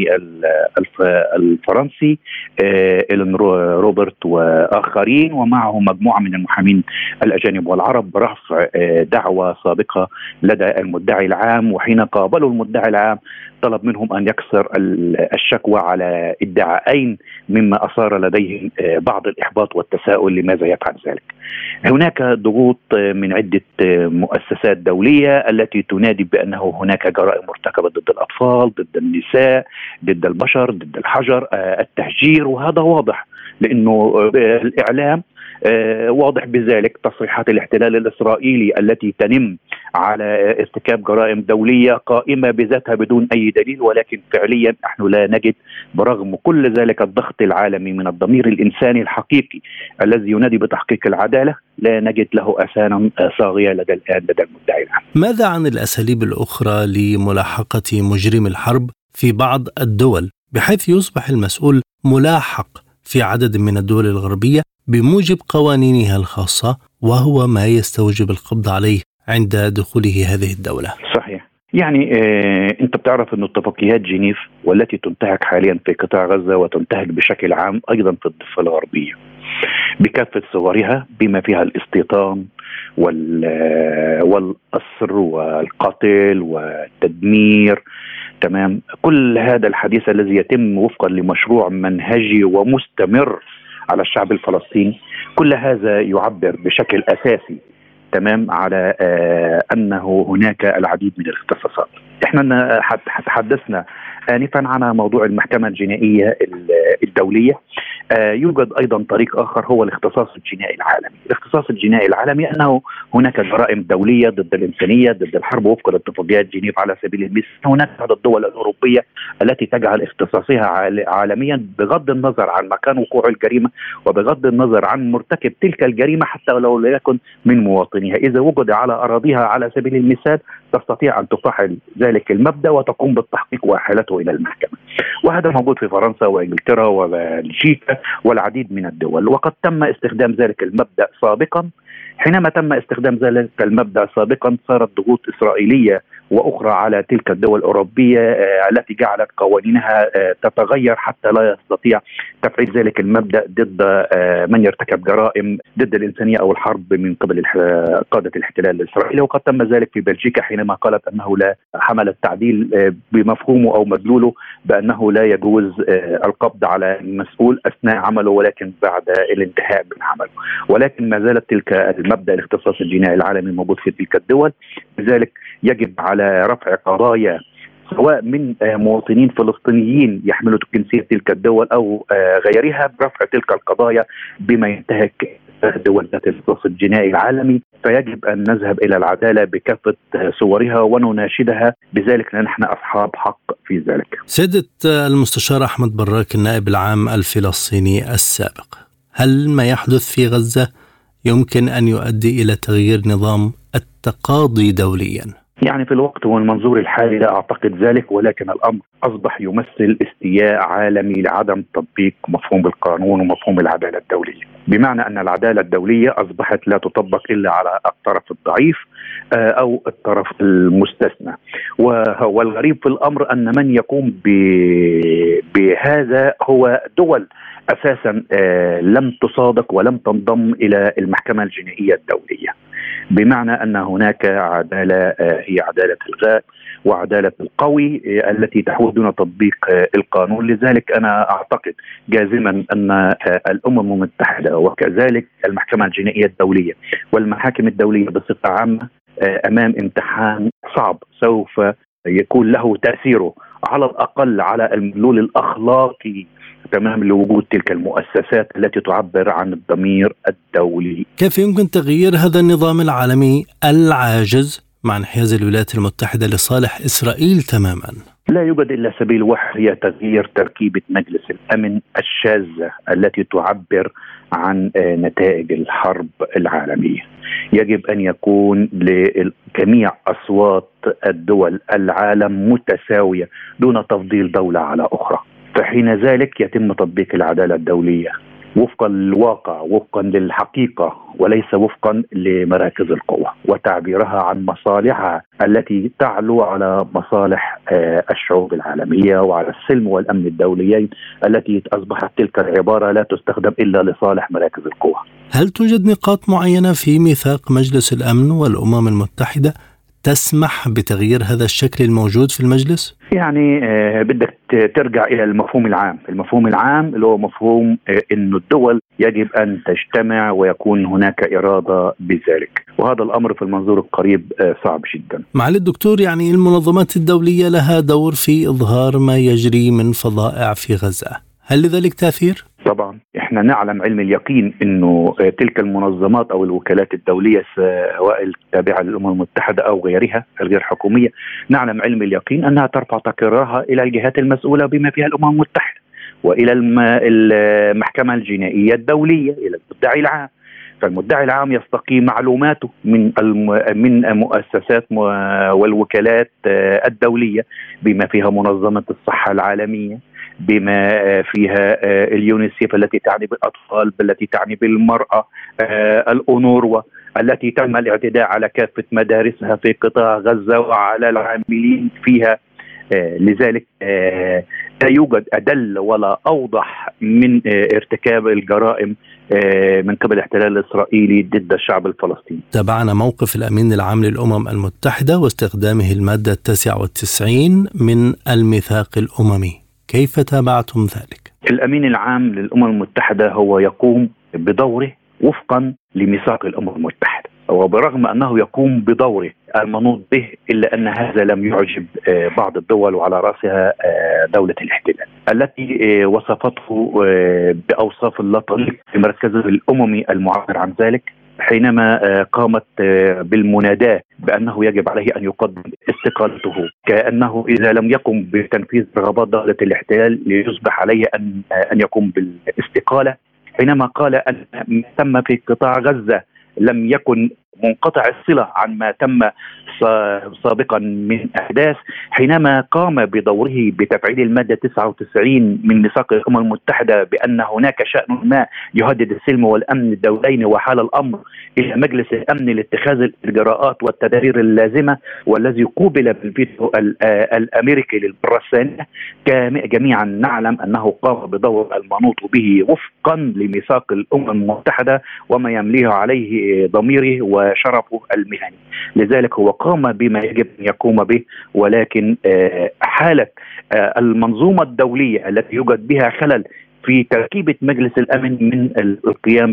الفرنسي إلين روبرت وآخرين، ومعه مجموعة من المحامين الأجانب والعرب برفع دعوى سابقة لدى المدعي العام. وحين قابلوا المدعي العام طلب منهم أن يكسر الشكوى على ادعاءين، مما أثار لديهم بعض الإحباط والتساؤل لماذا يفعل ذلك. هناك ضغوط من عدة مؤسسات دولية التي تنادي بأنه هناك جرائم مرتكبة ضد الأطفال، ضد النساء، ضد البشر، ضد الحجر، التهجير، وهذا واضح لأنه الإعلام واضح بذلك. تصريحات الاحتلال الإسرائيلي التي تنم على ارتكاب جرائم دولية قائمة بذاتها بدون أي دليل، ولكن فعليا نحن لا نجد برغم كل ذلك الضغط العالمي من الضمير الإنساني الحقيقي الذي ينادي بتحقيق العدالة، لا نجد له أسانا صاغية لدى المدعي العام. ماذا عن الأساليب الأخرى لملاحقة مجرم الحرب في بعض الدول، بحيث يصبح المسؤول ملاحق في عدد من الدول الغربية بموجب قوانينها الخاصة، وهو ما يستوجب القبض عليه عند دخوله هذه الدولة؟ صحيح. يعني أنت بتعرف أن اتفاقيات جنيف والتي تنتهك حاليا في قطاع غزة وتنتهك بشكل عام أيضا في الضفة الغربية بكافة صورها، بما فيها الاستيطان والأسر والقتل والتدمير، تمام. كل هذا الحديث الذي يتم وفقا لمشروع منهجي ومستمر على الشعب الفلسطيني، كل هذا يعبر بشكل أساسي تمام على أنه هناك العديد من الاختصاصات. احنا تحدثنا آنفا عن موضوع المحكمة الجنائية الدولية. يوجد أيضا طريق آخر هو الاختصاص الجنائي العالمي. الاختصاص الجنائي العالمي أنه هناك جرائم دولية ضد الإنسانية، ضد الحرب وفق لاتفاقيات جنيف على سبيل المثال. هناك بعض الدول الأوروبية التي تجعل اختصاصها عالميا بغض النظر عن مكان وقوع الجريمة وبغض النظر عن مرتكب تلك الجريمة حتى لو لم يكن من مواطنيها. إذا وجد على أراضيها على سبيل المثال تستطيع أن تفعل ذلك المبدأ وتقوم بالتحقيق وإحالته إلى المحكمة. وهذا موجود في فرنسا وإنجلترا وبلجيكا والعديد من الدول. وقد تم استخدام ذلك المبدأ سابقا. حينما تم استخدام ذلك المبدأ سابقا صارت ضغوط إسرائيلية وأخرى على تلك الدول الأوروبية التي جعلت قوانينها تتغير حتى لا يستطيع تفعيل ذلك المبدأ ضد من يرتكب جرائم ضد الإنسانية أو الحرب من قبل قادة الاحتلال الإسرائيلي. وقد تم ذلك في بلجيكا حينما قالت أنه لا حمل التعديل بمفهومه أو مدلوله بأنه لا يجوز القبض على المسؤول أثناء عمله ولكن بعد الانتهاء من عمله. ولكن ما زالت تلك المبدأ الاختصاص الجنائي العالمي موجود في تلك الدول. لذلك يجب على رفع قضايا سواء من مواطنين فلسطينيين يحملوا جنسية تلك الدول أو غيرها برفع تلك القضايا بما ينتهك دول ذات الاختصاص الجنائي العالمي. فيجب أن نذهب إلى العدالة بكافة صورها ونناشدها بذلك لأن نحن أصحاب حق في ذلك. سيادة المستشار أحمد براك النائب العام الفلسطيني السابق، هل ما يحدث في غزة يمكن أن يؤدي إلى تغيير نظام التقاضي دوليا؟ يعني في الوقت والمنظور الحالي لا أعتقد ذلك، ولكن الأمر أصبح يمثل استياء عالمي لعدم تطبيق مفهوم القانون ومفهوم العدالة الدولية، بمعنى أن العدالة الدولية أصبحت لا تطبق إلا على الطرف الضعيف أو الطرف المستثنى. والغريب في الأمر أن من يقوم بهذا هو دول أساسا لم تصادق ولم تنضم إلى المحكمة الجنائية الدولية، بمعنى أن هناك عدالة هي عدالة الغاء وعدالة القوي التي تحول دون تطبيق القانون. لذلك أنا أعتقد جازما أن الأمم المتحدة وكذلك المحكمة الجنائية الدولية والمحاكم الدولية بصفة عامة أمام امتحان صعب سوف يكون له تأثيره على الأقل على المدلول الأخلاقي تمام لوجود تلك المؤسسات التي تعبر عن الضمير الدولي. كيف يمكن تغيير هذا النظام العالمي العاجز مع انحياز الولايات المتحدة لصالح إسرائيل تماما؟ لا يوجد إلا سبيل واحد، هي تغيير تركيبة مجلس الأمن الشاذة التي تعبر عن نتائج الحرب العالمية. يجب أن يكون لجميع أصوات الدول العالم متساوية دون تفضيل دولة على أخرى، فحين ذلك يتم تطبيق العدالة الدولية وفقا للواقع وفقا للحقيقة وليس وفقا لمراكز القوة وتعبيرها عن مصالحها التي تعلو على مصالح الشعوب العالمية وعلى السلم والأمن الدوليين التي أصبحت تلك العبارة لا تستخدم إلا لصالح مراكز القوة. هل توجد نقاط معينة في ميثاق مجلس الأمن والأمم المتحدة تسمح بتغيير هذا الشكل الموجود في المجلس؟ يعني بدك ترجع إلى المفهوم العام. المفهوم العام اللي هو مفهوم أن الدول يجب أن تجتمع ويكون هناك إرادة بذلك، وهذا الأمر في المنظور القريب صعب جدا. معالي الدكتور، يعني المنظمات الدولية لها دور في إظهار ما يجري من فظائع في غزة، هل لذلك تأثير؟ طبعا احنا نعلم علم اليقين انه تلك المنظمات او الوكالات الدوليه سواء التابعه للامم المتحده او غيرها الغير حكوميه، نعلم علم اليقين انها ترفع تقريرها الى الجهات المسؤوله بما فيها الامم المتحده والى المحكمه الجنائيه الدوليه الى المدعي العام. فالمدعي العام يستقي معلوماته من مؤسسات والوكالات الدوليه بما فيها منظمه الصحه العالميه، بما فيها اليونيسيف التي تعني بالأطفال، التي تعني بالمرأة، الأونروا التي تم الاعتداء على كافة مدارسها في قطاع غزة وعلى العاملين فيها لذلك لا يوجد أدل ولا أوضح من ارتكاب الجرائم من قبل الاحتلال الإسرائيلي ضد الشعب الفلسطيني. تابعنا موقف الأمين العام للأمم المتحدة واستخدامه المادة 99 من الميثاق الأممي، كيف تابعتم ذلك؟ الأمين العام للأمم المتحدة هو يقوم بدوره وفقا لميثاق الأمم المتحدة، وبرغم أنه يقوم بدوره المنوط به إلا أن هذا لم يعجب بعض الدول وعلى رأسها دولة الاحتلال التي وصفته بأوصاف لا تليق بمركزه الأممي المعبر عن ذلك حينما قامت بالمناداة بأنه يجب عليه أن يقدم استقالته، كأنه إذا لم يقم بتنفيذ رغبات دولة الاحتلال ليصبح عليه أن يقوم بالاستقالة، حينما قال أن ما تم في قطاع غزة لم يكن منقطع الصلة عن ما تم سابقا من أحداث، حينما قام بدوره بتفعيل المادة 99 من ميثاق الأمم المتحدة بأن هناك شأن ما يهدد السلم والأمن الدولين وحال الأمر إلى مجلس الأمن لاتخاذ الإجراءات والتدابير اللازمة، والذي قوبل بالفيتو الأمريكي للمرة الثانية. جميعا نعلم أنه قام بدور المنوط به وفقا لميثاق الأمم المتحدة وما يمليه عليه ضميره وشرفه المهني، لذلك هو قام بما يجب أن يقوم به. ولكن حالة المنظومة الدولية التي يوجد بها خلل في تركيبة مجلس الأمن من القيام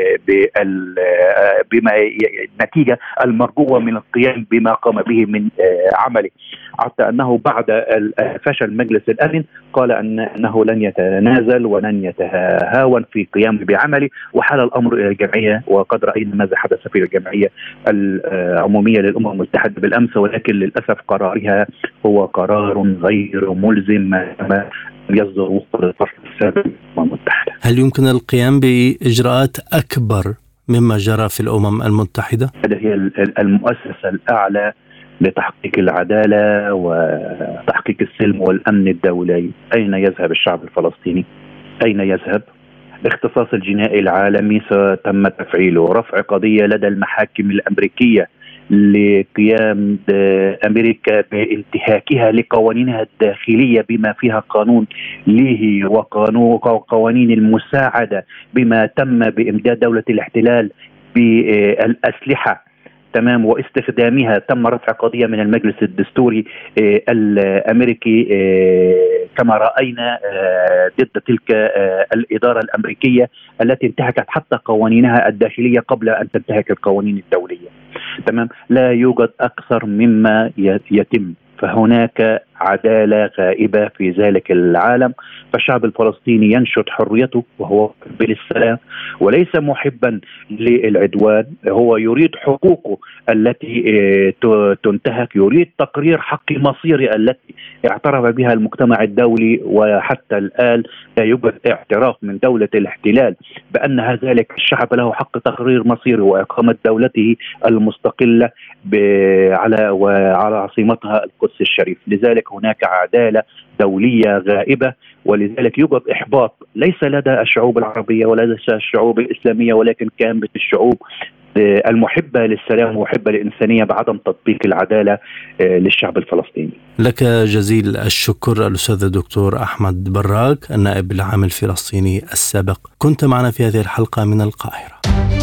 بما النتيجة المرجوة من القيام بما قام به من عمله، حتى أنه بعد فشل مجلس الأمن قال أنه لن يتنازل ولن يتهاون في قيام بعمله، وحال الأمر إلى الجمعية، وقد رأينا ماذا حدث في الجمعية العمومية للأمم المتحدة بالأمس، ولكن للأسف قرارها هو قرار غير ملزم ما يصدر وفق الفصل السابق للأمم المتحدة. هل يمكن القيام بإجراءات أكبر مما جرى في الأمم المتحدة؟ هذه هي المؤسسة الأعلى لتحقيق العدالة وتحقيق السلم والأمن الدولي. أين يذهب الشعب الفلسطيني؟ أين يذهب؟ الاختصاص الجنائي العالمي تم تفعيله، رفع قضية لدى المحاكم الأمريكية لقيام أمريكا بانتهاكها لقوانينها الداخلية بما فيها قانون ليه وقوانين المساعدة، بما تم بإمداد دولة الاحتلال بالأسلحة تمام واستخدامها. تم رفع قضية من المجلس الدستوري الأمريكي كما رأينا ضد تلك الإدارة الأمريكية التي انتهكت حتى قوانينها الداخلية قبل أن تنتهك القوانين الدولية. تمام، لا يوجد أكثر مما يتم، فهناك عدالة غائبة في ذلك العالم. فالشعب الفلسطيني ينشد حريته وهو محب للسلام وليس محبا للعدوان، هو يريد حقوقه التي تنتهك، يريد تقرير حق مصيري التي اعترف بها المجتمع الدولي، وحتى الآن لا يوجد اعتراف من دولة الاحتلال بأن ذلك الشعب له حق تقرير مصيره وإقامة دولته المستقلة على عاصمتها القدس الشريف. لذلك هناك عدالة دولية غائبة، ولذلك يوجد إحباط ليس لدى الشعوب العربية ولا لدى الشعوب الإسلامية، ولكن كاملة الشعوب المحبة للسلام ومحبة للإنسانية بعدم تطبيق العدالة للشعب الفلسطيني. لك جزيل الشكر الأستاذ الدكتور أحمد براك، النائب العام الفلسطيني السابق، كنت معنا في هذه الحلقة من القاهرة.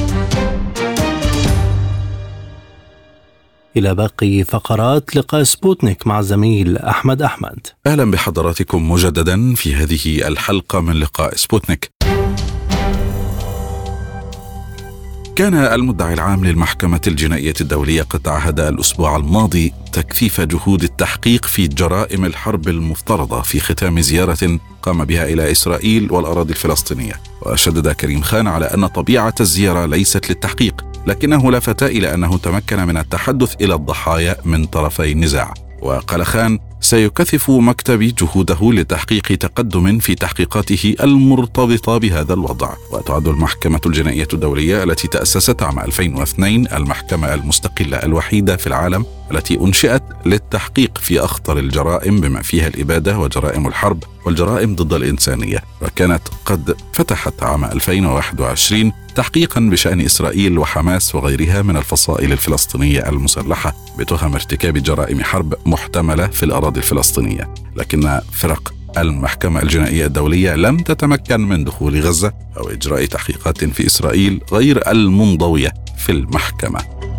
إلى باقي فقرات لقاء سبوتنيك مع زميل أحمد. أهلا بحضراتكم مجددا في هذه الحلقة من لقاء سبوتنيك. كان المدعي العام للمحكمة الجنائية الدولية قد عهد الأسبوع الماضي تكثيف جهود التحقيق في جرائم الحرب المفترضة في ختام زيارة قام بها إلى إسرائيل والأراضي الفلسطينية. وشدد كريم خان على أن طبيعة الزيارة ليست للتحقيق، لكنه لفت إلى أنه تمكن من التحدث إلى الضحايا من طرفي النزاع. وقال خان سيكثف مكتبي جهوده لتحقيق تقدم في تحقيقاته المرتبطة بهذا الوضع. وتعد المحكمة الجنائية الدولية التي تأسست عام 2002 المحكمة المستقلة الوحيدة في العالم التي أنشئت للتحقيق في أخطر الجرائم بما فيها الإبادة وجرائم الحرب والجرائم ضد الإنسانية، وكانت قد فتحت عام 2021 تحقيقا بشأن إسرائيل وحماس وغيرها من الفصائل الفلسطينية المسلحة بتهم ارتكاب جرائم حرب محتملة في الأراضي الفلسطينية، لكن فرق المحكمة الجنائية الدولية لم تتمكن من دخول غزة أو إجراء تحقيقات في إسرائيل غير المنضوية في المحكمة.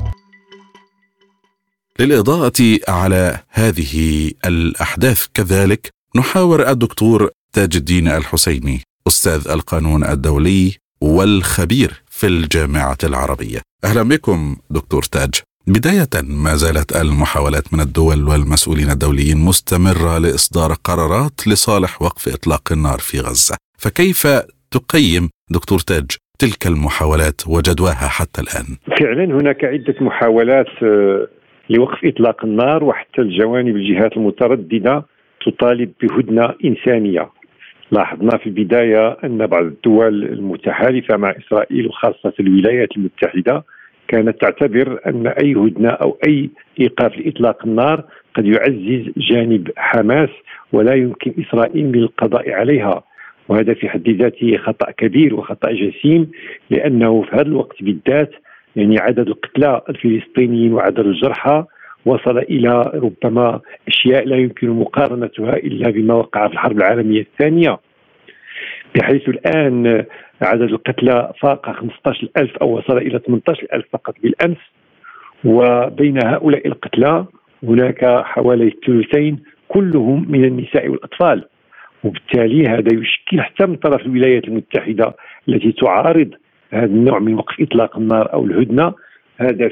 للإضاءة على هذه الأحداث كذلك نحاور الدكتور تاج الدين الحسيني، أستاذ القانون الدولي والخبير في الجامعة العربية. أهلا بكم دكتور تاج. بداية، ما زالت المحاولات من الدول والمسؤولين الدوليين مستمرة لإصدار قرارات لصالح وقف إطلاق النار في غزة، فكيف تقيم دكتور تاج تلك المحاولات وجدواها حتى الآن؟ فعلا هناك عدة محاولات لوقف إطلاق النار، وحتى الجوانب الجهات المترددة تطالب بهدنة إنسانية. لاحظنا في البداية أن بعض الدول المتحالفة مع إسرائيل وخاصة الولايات المتحدة كانت تعتبر أن أي هدنة أو أي إيقاف لإطلاق النار قد يعزز جانب حماس ولا يمكن إسرائيل من القضاء عليها، وهذا في حد ذاته خطأ كبير وخطأ جسيم، لأنه في هذا الوقت بالذات يعني عدد القتلى الفلسطينيين وعدد الجرحى وصل إلى ربما أشياء لا يمكن مقارنتها إلا بما وقع في الحرب العالمية الثانية، بحيث الآن عدد القتلى فاق 15,000 أو وصل إلى 18,000 فقط بالأمس، وبين هؤلاء القتلى هناك حوالي الثلثين كلهم من النساء والأطفال، وبالتالي هذا يشكل حتى من طرف الولايات المتحدة التي تعارض هذا النوع من وقف إطلاق النار أو الهدنة، هذا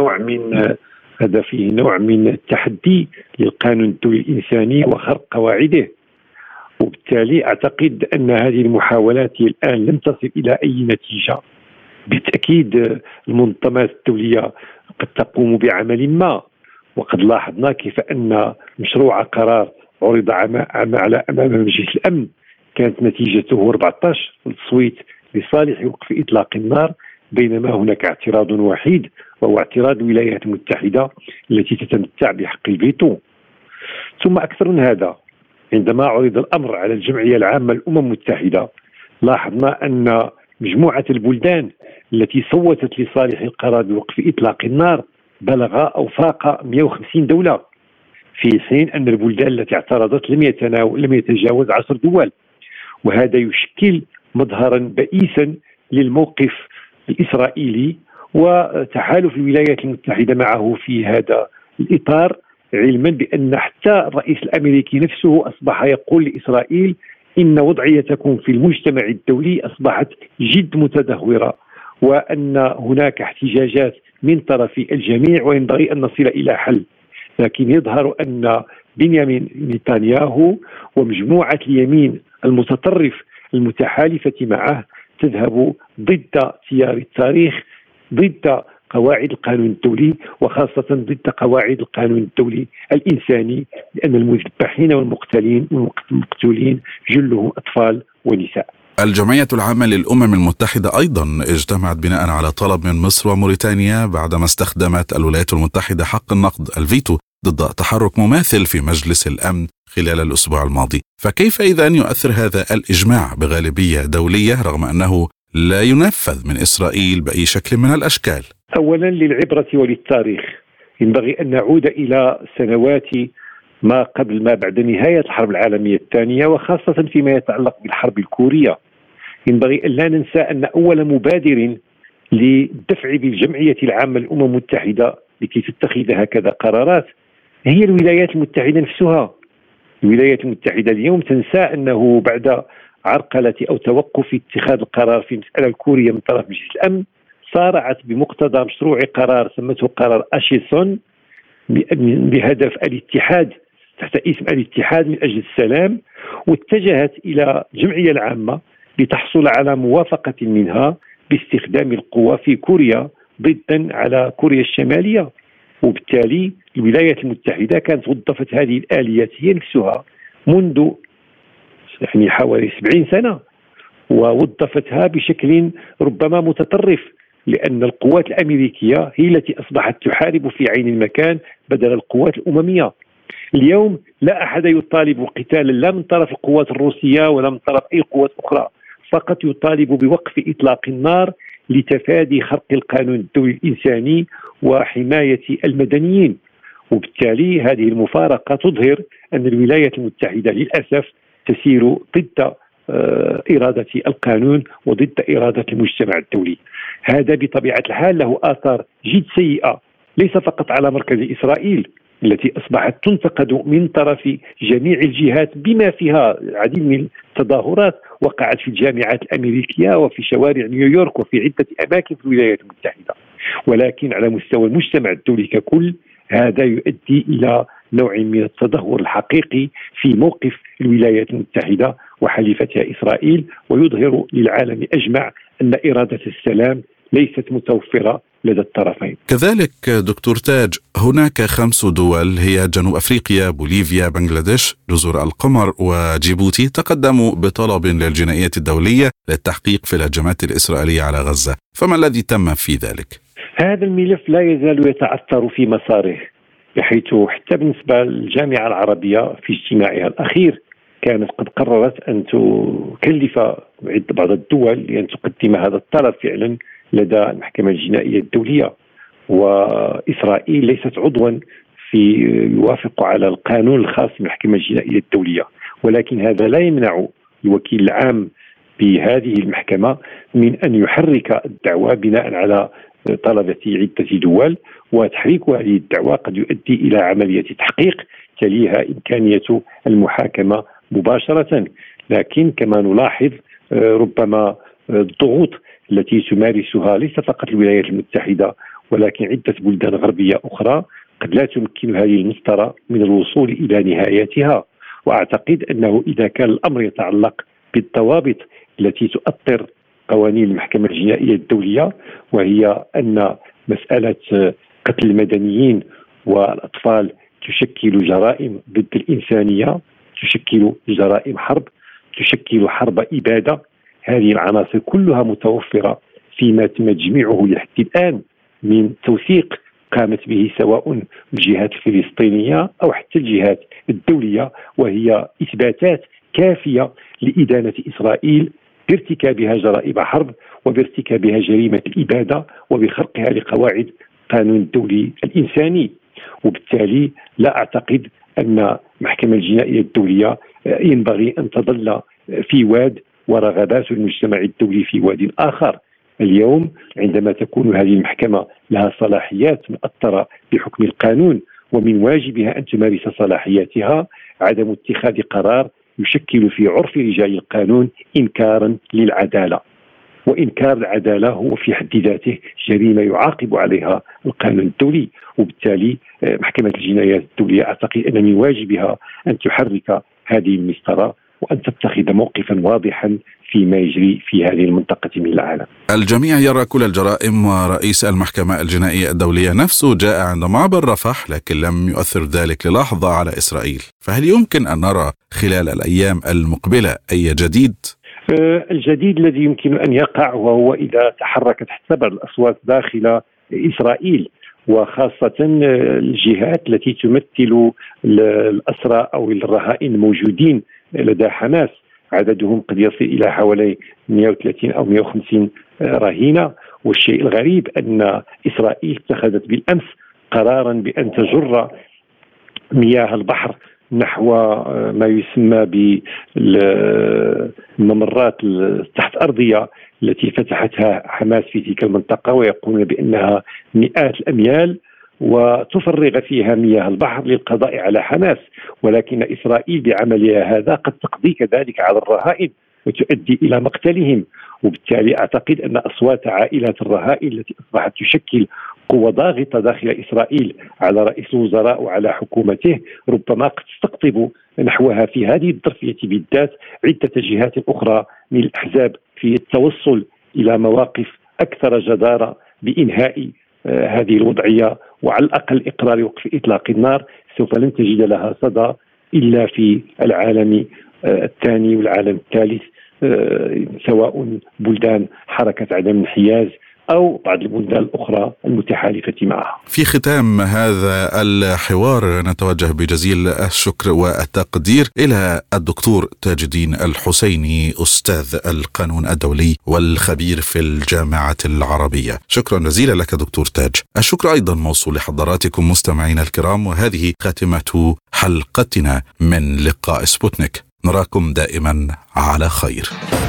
فيه نوع من التحدي للقانون الدولي الإنساني وخرق قواعده. وبالتالي أعتقد أن هذه المحاولات الآن لم تصل إلى أي نتيجة. بالتأكيد المنظمات الدولية قد تقوم بعمل ما، وقد لاحظنا كيف أن مشروع قرار عرض على أمام مجلس الأمن كانت نتيجته 14 تصويت لصالح وقف إطلاق النار، بينما هناك اعتراض وحيد وهو اعتراض الولايات المتحدة التي تتمتع بحق الفيتو. ثم أكثر من هذا، عندما عرض الأمر على الجمعية العامة للأمم المتحدة لاحظنا أن مجموعة البلدان التي صوتت لصالح القرار بوقف إطلاق النار بلغ أو فاق 150 دولة، في حين أن البلدان التي اعترضت لم يتجاوز 10 دول، وهذا يشكل مظهرا بئيسا للموقف الإسرائيلي وتحالف الولايات المتحدة معه في هذا الإطار، علما بأن حتى الرئيس الأمريكي نفسه أصبح يقول لإسرائيل إن وضعيتكم في المجتمع الدولي أصبحت جد متدهورة، وأن هناك احتجاجات من طرف الجميع وينبغي أن نصل إلى حل. لكن يظهر أن بنيامين نتنياهو ومجموعة اليمين المتطرف المتحالفة معه تذهب ضد تيار التاريخ، ضد قواعد القانون الدولي، وخاصة ضد قواعد القانون الدولي الإنساني، لأن المذبحين والمقتولين جلهم أطفال ونساء. الجمعية العامة للأمم المتحدة أيضا اجتمعت بناء على طلب من مصر وموريتانيا بعدما استخدمت الولايات المتحدة حق النقد الفيتو ضد تحرك مماثل في مجلس الأمن خلال الأسبوع الماضي، فكيف إذن يؤثر هذا الإجماع بغالبية دولية رغم أنه لا ينفذ من إسرائيل بأي شكل من الأشكال؟ أولا للعبرة وللتاريخ ينبغي أن نعود إلى سنوات ما قبل ما بعد نهاية الحرب العالمية الثانية، وخاصة فيما يتعلق بالحرب الكورية. ينبغي أن لا ننسى أن أول مبادر للدفع بالجمعية العامة للأمم المتحدة لكي تتخذ هكذا قرارات هي الولايات المتحدة نفسها. الولايات المتحدة اليوم تنسى أنه بعد عرقلة أو توقف اتخاذ القرار في المسألة الكورية من طرف مجلس الأمن صارعت بمقتضى مشروع قرار سمته قرار أشيسون بهدف الاتحاد تحت اسم الاتحاد من أجل السلام، واتجهت إلى الجمعية العامة لتحصل على موافقة منها باستخدام القوى في كوريا ضدا على كوريا الشمالية. وبالتالي الولايات المتحدة كانت وظفت هذه الآليات هي نفسها منذ حوالي 70 سنة، ووظفتها بشكل ربما متطرف، لأن القوات الأمريكية هي التي أصبحت تحارب في عين المكان بدل القوات الأممية. اليوم لا أحد يطالب قتالا لا من طرف القوات الروسية ولا من طرف أي قوات أخرى، فقط يطالب بوقف إطلاق النار لتفادي خرق القانون الدولي الإنساني وحماية المدنيين. وبالتالي هذه المفارقة تظهر أن الولايات المتحدة للأسف تسير ضد إرادة القانون وضد إرادة المجتمع الدولي. هذا بطبيعة الحال له آثار جد سيئة ليس فقط على مركز إسرائيل التي أصبحت تنتقد من طرف جميع الجهات بما فيها العديد من التظاهرات وقعت في الجامعات الأمريكية وفي شوارع نيويورك وفي عدة أماكن في الولايات المتحدة، ولكن على مستوى المجتمع الدولي ككل هذا يؤدي إلى نوع من التدهور الحقيقي في موقف الولايات المتحدة وحليفتها إسرائيل، ويظهر للعالم أجمع أن إرادة السلام ليست متوفرة لدى الطرفين. كذلك دكتور تاج، هناك 5 دول هي جنوب أفريقيا، بوليفيا، بنغلاديش، جزر القمر وجيبوتي تقدموا بطلب للجنائية الدولية للتحقيق في الهجمات الإسرائيلية على غزة، فما الذي تم في ذلك؟ هذا الملف لا يزال يتعثر في مساره، بحيث حتى بالنسبة للجامعة العربية في اجتماعها الأخير كانت قد قررت أن تكلف بعض الدول لأن تقدم هذا الطلب فعلا لدى المحكمة الجنائية الدولية، وإسرائيل ليست عضوا في يوافق على القانون الخاص بالمحكمة الجنائية الدولية، ولكن هذا لا يمنع الوكيل العام بهذه المحكمة من أن يحرك الدعوى بناء على طلبة عدة دول، وتحريك هذه الدعوى قد يؤدي إلى عملية تحقيق تليها إمكانية المحاكمة مباشرة. لكن كما نلاحظ ربما الضغوط التي تمارسها ليس فقط الولايات المتحدة ولكن عدة بلدان غربية أخرى قد لا تمكن هذه المسطرة من الوصول إلى نهايتها. وأعتقد أنه إذا كان الأمر يتعلق بالضوابط التي تؤطر قوانين المحكمة الجنائية الدولية، وهي أن مسألة قتل المدنيين والأطفال تشكل جرائم ضد الإنسانية، تشكل جرائم حرب، تشكل حرب إبادة، هذه العناصر كلها متوفرة فيما تم تجميعه لحد الآن من توثيق قامت به سواء الجهات الفلسطينية أو حتى الجهات الدولية، وهي إثباتات كافية لإدانة إسرائيل بارتكابها جرائم حرب وبارتكابها جريمة الإبادة وبخرقها لقواعد القانون الدولي الإنساني. وبالتالي لا أعتقد أن المحكمة الجنائية الدولية ينبغي أن تظل في واد ورغبات المجتمع الدولي في واد آخر. اليوم عندما تكون هذه المحكمة لها صلاحيات مؤطرة بحكم القانون ومن واجبها أن تمارس صلاحياتها، عدم اتخاذ قرار يشكل في عرف رجال القانون إنكارا للعدالة، وإنكار العدالة هو في حد ذاته جريمة يعاقب عليها القانون الدولي. وبالتالي محكمة الجنايات الدولية أعتقد أن من واجبها أن تحرك هذه المسطرة وأن تتخذ موقفا واضحا فيما يجري في هذه المنطقة من العالم. الجميع يرى كل الجرائم، ورئيس المحكمة الجنائية الدولية نفسه جاء عند معبر رفح لكن لم يؤثر ذلك للحظة على إسرائيل، فهل يمكن أن نرى خلال الأيام المقبلة أي جديد؟ الجديد الذي يمكن أن يقع وهو إذا تحركت حتى بعض الأصوات داخل إسرائيل، وخاصة الجهات التي تمثل الأسرى أو الرهائن الموجودين لدى حماس، عددهم قد يصل إلى حوالي 130 أو 150 رهينة. والشيء الغريب أن إسرائيل اتخذت بالأمس قرارا بأن تجر مياه البحر نحو ما يسمى بالممرات تحت أرضية التي فتحتها حماس في تلك المنطقة، ويقولون بأنها مئات الأميال وتفرغ فيها مياه البحر للقضاء على حماس. ولكن إسرائيل بعملها هذا قد تقضي كذلك على الرهائن وتؤدي إلى مقتلهم. وبالتالي أعتقد أن أصوات عائلات الرهائن التي أصبحت تشكل قوة ضاغطة داخل إسرائيل على رئيس الوزراء وعلى حكومته ربما قد تستقطب نحوها في هذه الظرفية بالذات عدة جهات أخرى من الأحزاب في التوصل إلى مواقف أكثر جدارة بإنهاء هذه الوضعية، وعلى الأقل إقرار وقف إطلاق النار سوف لن تجد لها صدى إلا في العالم الثاني والعالم الثالث، سواء بلدان حركة عدم الانحياز أو بعض البلدان الأخرى المتحالفة معها. في ختام هذا الحوار نتوجه بجزيل الشكر والتقدير إلى الدكتور تاج الدين الحسيني، أستاذ القانون الدولي والخبير في الجامعة العربية. شكرا جزيلا لك دكتور تاج. الشكر أيضا موصول لحضراتكم مستمعينا الكرام، وهذه خاتمة حلقتنا من لقاء سبوتنيك. نراكم دائما على خير.